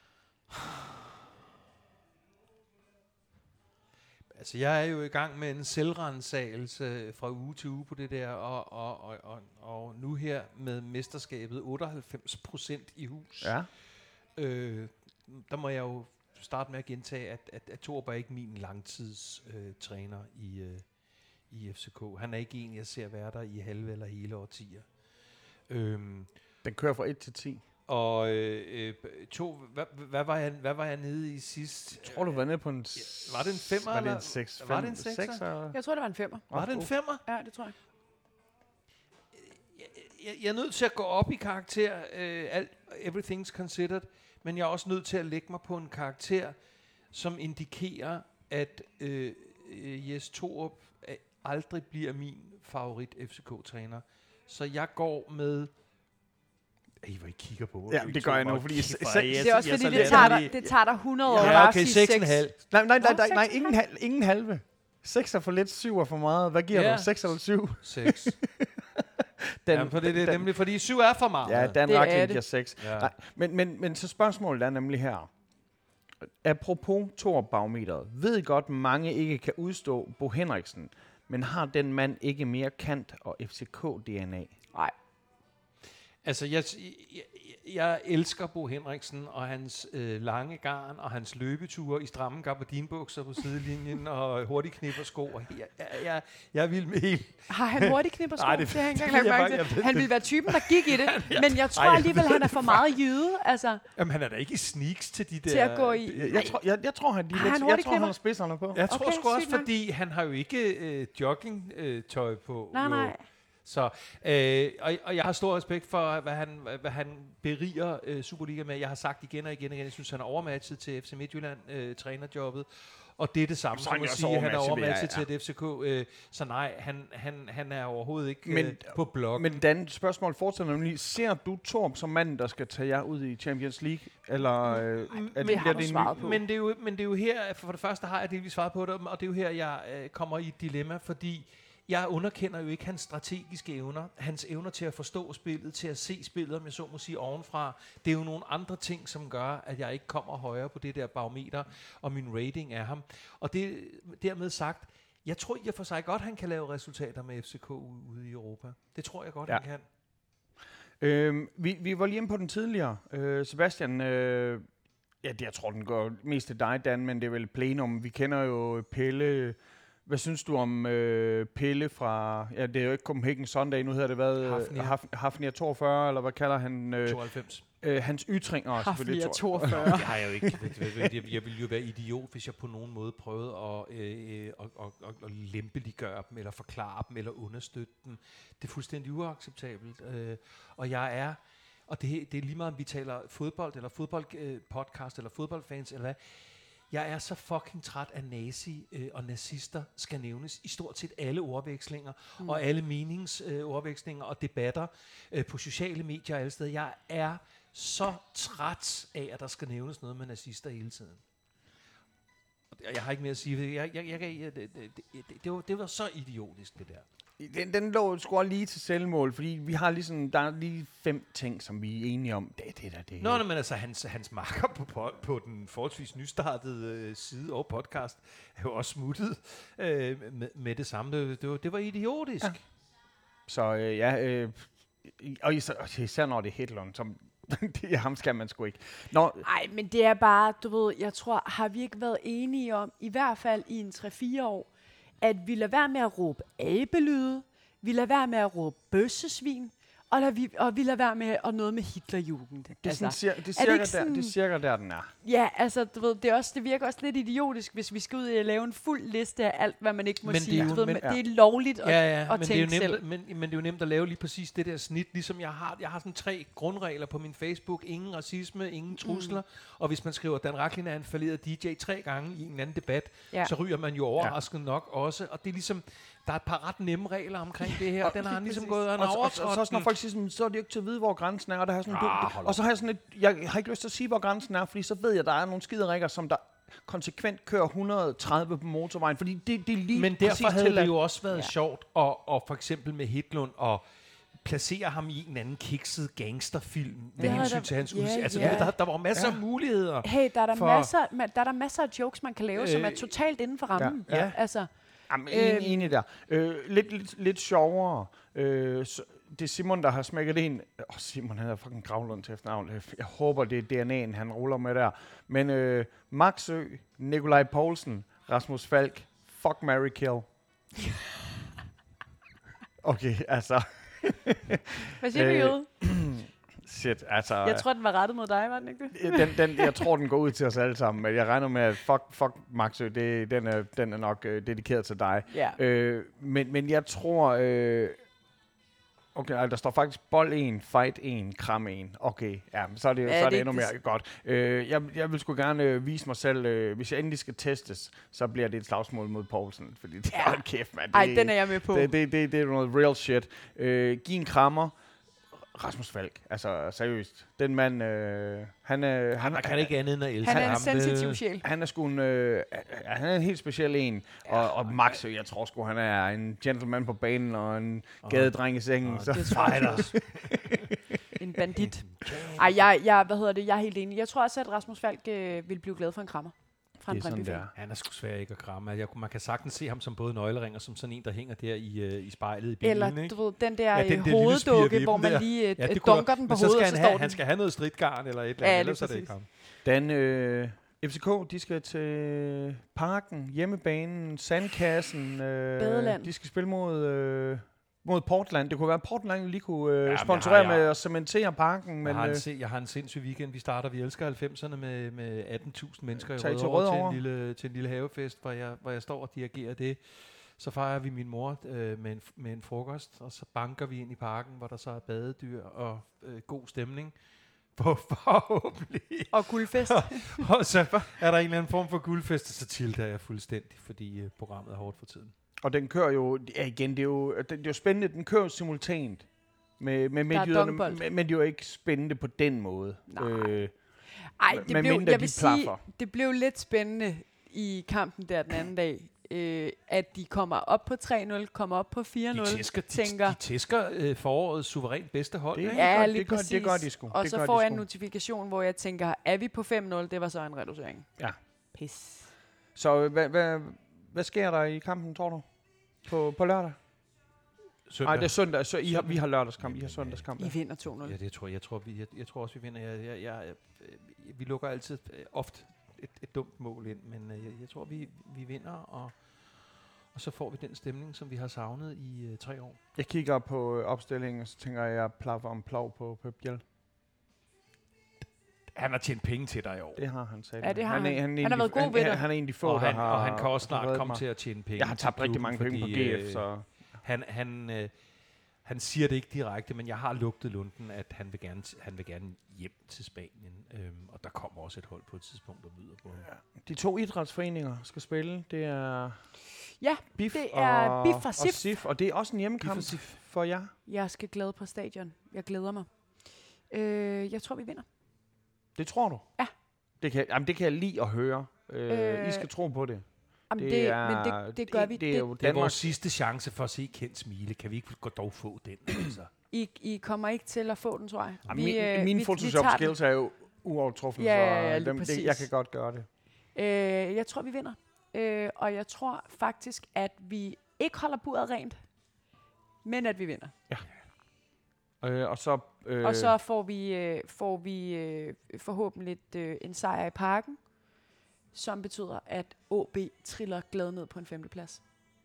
Altså, jeg er jo i gang med en selvrensagelse fra uge til uge på det der, og, og, og, og, og nu her med mesterskabet otteoghalvfems procent i hus. Ja. Øh, der må jeg jo starte med at gentage, at, at, at Torb er ikke min langtidstræner øh, træner i, øh, i F C K. Han er ikke en, jeg ser være der i halve eller hele årtier. Øhm, Den kører fra et til ti. og øh, øh, to, hvad, hvad, var jeg, hvad var jeg nede i sidst? Jeg tror, du var nede på en... Ja, var det en femmer? Var det en eller? seks? Var det en sekser? sekser? Jeg tror, det var en femmer. Var det en femmer? Ja, det tror jeg. Jeg, jeg er nødt til at gå op i karakter, øh, alt, everything's considered, men jeg er også nødt til at lægge mig på en karakter, som indikerer, at øh, øh, Jes Torup øh, aldrig bliver min favorit F C K-træner. Så jeg går med... Ej, hvor I kigger på. Ja, det gør jeg nu, fordi... Det er også fordi, det tager, dig, det tager dig hundrede år ja, bare okay, at sige seks komma fem. Nej, nej, nej, Nå, nej, nej seks ingen, hal- ingen halve. seks er for lidt, syv er for meget. Hvad giver Ja. du? seks eller syv? seks. Den, Jamen, for det, det er nemlig, fordi syv er for meget. Ja, Dan Det er Racklin det. giver seks. Ja. Nej, men, men, men så spørgsmålet er nemlig her. Apropos Torup-barometeret. Ved I godt, mange ikke kan udstå Bo Henriksen, men har den mand ikke mere kant og F C K-D N A? Nej. Altså, jeg, jeg, jeg elsker Bo Henriksen og hans øh, lange garn og hans løbeture i stramme gabardinbukser på sidelinjen og hurtige knipper sko. Og jeg, jeg, jeg, jeg er vild med helt... Har han hurtigt knipper sko? Nej, det, det- det har jeg ikke det engang ved jeg lagt mærke faktisk- til. jeg ved Han det. ville være typen, der gik i det, men jeg tror Ej, alligevel, han er for meget jyde, altså, Jamen, han er da ikke i sneaks til de der... til at gå i. Jeg, jeg, tror, jeg, jeg tror, han, de er Har lidt, han jeg hurtige tror, han knipper? har spidserne på. Jeg tror Okay, sgu også, sygt nok. fordi han har jo ikke øh, jogging-tøj på. Nej, jo. nej. Så, øh, og, og jeg har stor respekt for, hvad han, hvad han beriger øh, Superliga med. Jeg har sagt igen og igen og igen, jeg synes, han er overmatchet til F C Midtjylland, øh, trænerjobbet. Og det er det samme Så er som han at jo også sige, at han er overmatchet, overmatchet ja, til et F C K. Øh, så nej, han, han, han er overhovedet ikke Men- øh, på bloggen. Men Dan, spørgsmålet fortsætter nemlig. Ser du Torup som manden, der skal tage jer ud i Champions League? Eller øh, er det, det har bliver du det en svaret ny- på. Men det, er jo, men det er jo her, for det første har jeg delvis svaret på det, og det er jo her, jeg øh, kommer i et dilemma, fordi jeg underkender jo ikke hans strategiske evner, hans evner til at forstå spillet, til at se spillet, om jeg så må sige, ovenfra. Det er jo nogle andre ting, som gør, at jeg ikke kommer højere på det der barometer, og min rating af ham. Og det dermed sagt, jeg tror i og for sig godt, han kan lave resultater med F C K ude i Europa. Det tror jeg godt, Ja. han kan. Øhm, vi, vi var lige inde på den tidligere. Øh, Sebastian, øh, ja, det, jeg tror, den går mest til dig, Dan, men det er vel plenum. Vi kender jo Pelle. Hvad synes du om øh, Pelle fra, ja, det er jo ikke Copenhagen Sunday, nu hedder det hvad? Hafnia. Haf, Hafnia toogfyrre, eller hvad kalder han? Øh, tooghalvfems. øh, hans ytringer. selvfølgelig, Hafnia tror- toogfyrre. Det har jeg jo ikke. jeg, jeg, jeg ville jo være idiot, hvis jeg på nogen måde prøvede at, øh, at, at, at, at lempeliggøre dem, eller forklare dem, eller understøtte dem. Det er fuldstændig uacceptabelt. Øh, og jeg er, og det, det er lige meget, om vi taler fodbold, eller fodboldpodcast, eller fodboldfans, eller hvad. Jeg er så fucking træt af nazi øh, og nazister skal nævnes i stort set alle ordvekslinger, mm. og alle meningsordvekslinger øh, og debatter øh, på sociale medier og alle steder. Jeg er så træt af, at der skal nævnes noget med nazister hele tiden. Og jeg har ikke mere at sige. Jeg, jeg, jeg, jeg, det, det, det, det, var, det var så idiotisk, det der. Den, den lå sgu lige til selvmål, fordi vi har ligesom, der er lige fem ting, som vi er enige om. Det er det der, det Nå, men altså, hans, hans marker på, på, på den forholdsvis nystartede øh, side og podcast er jo også smuttet øh, med, med det samme. Det, det, var, det var idiotisk. Ja. Så øh, ja, øh, og især, især når det er Hedlund, som det, ham skal man sgu ikke. Nå, Nej, men det er bare, du ved, jeg tror, har vi ikke været enige om, i hvert fald i en tre fire år, at vi lader være med at råbe abelyde, vi lader være med at råbe bøssesvin, og, lader vi, og vi lader være med at noget med Hitlerjugend. det er, Altså, sådan, cir- det, er er cirka det ikke der, sådan- det er cirka der, den er. ja, altså, du ved, det, er også, det virker også lidt idiotisk, hvis vi skal ud og lave en fuld liste af alt, hvad man ikke må Men det sige. er jo- Du ved, men- men, det er lovligt at, Ja, ja, at men det, er jo tænke nemt, selv. men, men det er jo nemt at lave lige præcis det der snit, ligesom jeg har. Jeg har sådan tre grundregler på min Facebook. Ingen racisme, ingen trusler. Mm. Og hvis man skriver, at Dan Racklin er en falderet D J tre gange i en anden debat, Ja. så ryger man jo overraskende nok også. Og det er ligesom, der er et par ret nemme regler omkring det her. Den har han ligesom gået, han Og, har og, og, og så overtrådt også når den. folk siger sådan, så er det jo ikke til at vide, hvor grænsen er, og, der har sådan, Ah, du, hold og så har jeg sådan et, jeg har ikke lyst til at sige, hvor grænsen er, fordi så ved jeg, at der er nogle skiderikker, som der konsekvent kører et hundrede og tredive på motorvejen, fordi det, det er lige Men præcis derfor havde det tilladt. jo også været Ja. sjovt, og, og for eksempel med Hitlund, og placere ham i en anden kikset gangsterfilm med Ja, hensyn der- til hans ja, udsigt. Altså, ja. der, der var masser af muligheder. Hey, der er der, for- masser, ma- der er der masser af jokes, man kan lave, øh, som er Øh, totalt inden for rammen. ja. Ja. Altså, Jamen, en, Øhm. enig der. Øh, lidt, lidt, lidt sjovere. Øh, så, det er Simon, der har smækket det ind. Åh, oh, Simon, han er fucking Gravlund til efternavn. Jeg håber, det er D N A'en, han ruller med der. Men øh, Max Ø, Nikolaj Poulsen, Rasmus Falk, fuck, marry, kill. Okay, altså. hvad siger vi, Øh, Jøde? Shit, altså... Jeg tror, den var rettet mod dig, var den ikke det? den, den, jeg tror, den går ud til os alle sammen, men jeg regner med, at fuck, fuck Maxø, det, den, er, den er nok øh, dedikeret til dig. Ja. Øh, men, men jeg tror... Øh, okay, altså, der står faktisk bold en, fight en, kram en. Okay, ja, så er det, Ja, så er det, det- endnu mere det- godt. Øh, jeg, jeg vil sgu gerne øh, vise mig selv, øh, hvis jeg endelig skal testes, så bliver det et slagsmål mod Poulsen, fordi det Ja. er ja. kæft, mand. Ej, Det- den er jeg med på. Det, det, det, det er noget real shit. Øh, giv en krammer. Rasmus Falk, altså seriøst. Den mand, øh, han er... Han, Man kan ikke andet end at elske Han er en ham. sensitiv øh, sjæl. han er sgu en, øh, han er en helt speciel en. Og, og Max, jeg tror sgu, han er en gentleman på banen og en gadedreng i sengen. og Så. Det tror jeg også. En bandit. Ej, jeg, jeg, hvad hedder det? Jeg er helt enig. Jeg tror også, at Rasmus Falk øh, vil blive glad for en krammer. Fra en Det er sådan, Brøndby-fan. der. Han er sgu svær ikke at kramme. Jeg, man kan sagtens se ham som både nøglering og som sådan en, der hænger der i, øh, i spejlet i bilen. Eller, ikke? du ved, den der, Ja, ja, den der lille hoveddukke, spirvippen hvor man der. lige øh, Ja, ja, det kunne dunker den på Men så hovedet, skal og han, så står have, den. han skal have noget stridtgarn eller et eller Ja, andet, lige ellers er det præcis. ikke ham. Dan, øh, F C K, de skal til Parken, hjemmebanen, Sandkassen. Øh, Badeland. De skal spille mod, øh, mod Portland. Det kunne være, at Portland lige kunne øh, Jamen, sponsorere jeg har- med at cementere Parken. Men, Men jeg, har en, øh, se, jeg har en sindssyg weekend. Vi starter, vi elsker halvfemserne med, med atten tusind mennesker i Tag til Rødovre til, Rødovre. en lille, til en lille havefest, hvor jeg, hvor jeg står og dirigerer det. Så fejrer vi min mor øh, med, en, med en frokost, og så banker vi ind i parken, hvor der så er badedyr og øh, god stemning. På forhåbentlig. Og guldfest. Og så er der en eller anden form for guldfest, og så tilter jeg fuldstændig, fordi øh, programmet er hårdt for tiden. og den kører jo, ja igen, det er jo, det, det er jo spændende, den kører jo simultant. Med, med Der er midtjyderne, dongbold. men, men det er jo ikke spændende på den måde. Nej. Øh, Ej, Med det blev, mindre jeg de vil sige, plaffer. det blev lidt spændende i kampen der den anden dag, øh, at de kommer op på tre nul, kommer op på fire nul, De tæsker, de, tænker, de tæsker øh, forårets suverænt bedste hold. Det- ikke? ja, gør- lige det gør- det præcis. gør de sgu. Og Det så gør de får jeg en sgu. notifikation, hvor jeg tænker, er vi på fem nul? Det var så en reducering. Ja. Pis. så øh, hvad, hvad, hvad sker der i kampen, tror du? På, på lørdag? Søndag. Nej, det er søndag. Så I har, Søndag. vi har lørdagskamp, I har Jamen, søndagskamp. I Ja. vinder to nul. Ja, det tror jeg. Jeg tror, vi, jeg, jeg tror også, vi vinder. Jeg, jeg, jeg, jeg, vi lukker altid øh, ofte et, et dumt mål ind, men øh, jeg, jeg tror, vi, vi vinder, og, og så får vi den stemning, som vi har savnet i øh, tre år. Jeg kigger på øh, opstillingen, og så tænker jeg, jeg plaffer om plav på Pep Biel. Han har tjent penge til dig i år. Det har han sagt. Ja, det har han. er, Han en har af de- været god han, ved han, det. han er en af de få, Og han, der har og han kan også der har snart reddet komme mig. til at tjene penge. Jeg har til tabt rigtig klubben, mange penge på fordi, G F, øh, så... Han, han, øh, han siger det ikke direkte, men jeg har lugtet lunden, at han vil gerne, han vil gerne hjem til Spanien. Øhm, og der kommer også et hold på et tidspunkt, der byder på ham. De to idrætsforeninger skal spille. Det er Ja, BIF det er og, BIF og og SIF. SIF. Og det er også en hjemmekamp BIF og SIF. for jer. Jeg skal glæde på stadion. Jeg glæder mig. Øh, jeg tror, vi vinder. Det tror du? Ja. Det kan, jamen, det kan jeg lide at høre. Øh, Øh, I skal tro på det. Jamen, Det det, er- men det, det gør vi. det er jo Det er Danmark. vores sidste chance for at se Kent smile. Kan vi ikke godt dog få den? Altså? I, I kommer ikke til at få den, tror jeg. Jamen, min, øh, mine Photoshop tager den. skills er jo uovertruffende, Ja, ja, ja, så lige dem, det, præcis. jeg kan godt gøre det. Øh, jeg tror, vi vinder. Øh, og jeg tror faktisk, at vi ikke holder buret rent, men at vi vinder. Øh, og så... Øh, Øh. Og så får vi, øh, får vi øh, forhåbentlig øh, en sejr i Parken, som betyder, at O B triller glad ned på en femteplads.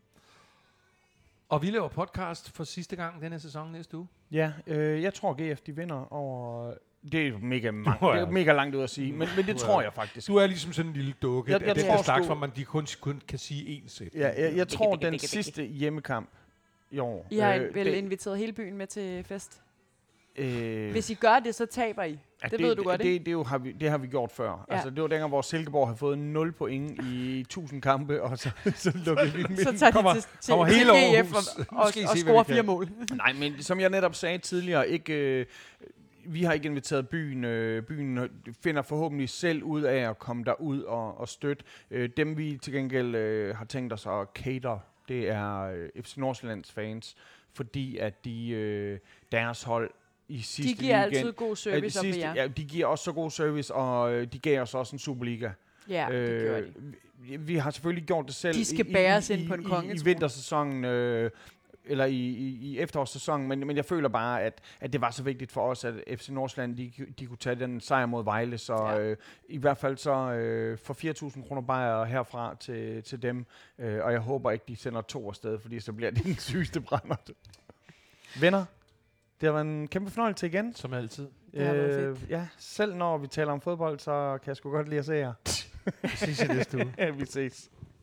Og vi laver podcast for sidste gang denne sæson næste uge. Ja, øh, jeg tror G F, de vinder over... Det er jo mega, mange, Du er- det er mega langt ud at sige, men, men det Du tror er- jeg faktisk. Du er ligesom sådan en lille dukke. Jeg- Jeg, jeg jeg, det tror er slags, sgu- hvor man de kun, kun kan sige én sæt. Ja, jeg, jeg tror, bikke, den bikke, bikke. sidste hjemmekamp i år... I har øh, vel det- inviteret hele byen med til fest. øh, Hvis I gør det, så taber I. Ja, det ved du godt, det, ikke? det, det, jo har vi, det har vi gjort før. Ja. Ja. Altså, det var dengang, hvor Silkeborg havde fået nul point i tusind kampe, og så, så lukkede vi dem Så ind. tager Kommer- de til, til, kommer til hele G F Aarhus. og, Nu og, skal I og se, hvad scorer vi kan. fire mål. Nej, men som jeg netop sagde tidligere, ikke, øh, vi har ikke inviteret byen. Øh, byen øh, finder forhåbentlig selv ud af at komme derud og, og støtte. Øh, dem vi til gengæld øh, har tænkt os at cater, det er øh, F C Nordsjællands fans, fordi at de, øh, deres hold i sidste De giver weekend... altid god Ja, de, service op ved sidste, jer. ja, de giver også så god service, og øh, de gav os også en Superliga. Ja, det gør de. vi, vi har selvfølgelig gjort det selv De skal i, bæres i, ind på en i, kongetrone. i, i vintersæsonen, øh, eller i, i, i efterårssæsonen, men, men jeg føler bare, at, at det var så vigtigt for os, at F C Nordsjælland, de, de kunne tage den sejr mod Vejle, så Ja. øh, i hvert fald så øh, for fire tusind kroner bajer herfra til, til dem, øh, og jeg håber ikke, de sender to afsted, fordi så bliver det den sygeste brænder. Venner, Det har været en kæmpe fornøjelse igen. Som altid. Det har været fedt. Ja, selv når vi taler om fodbold, så kan jeg sgu godt lide at se jer. Vi ses i næste uge. Ja, vi ses.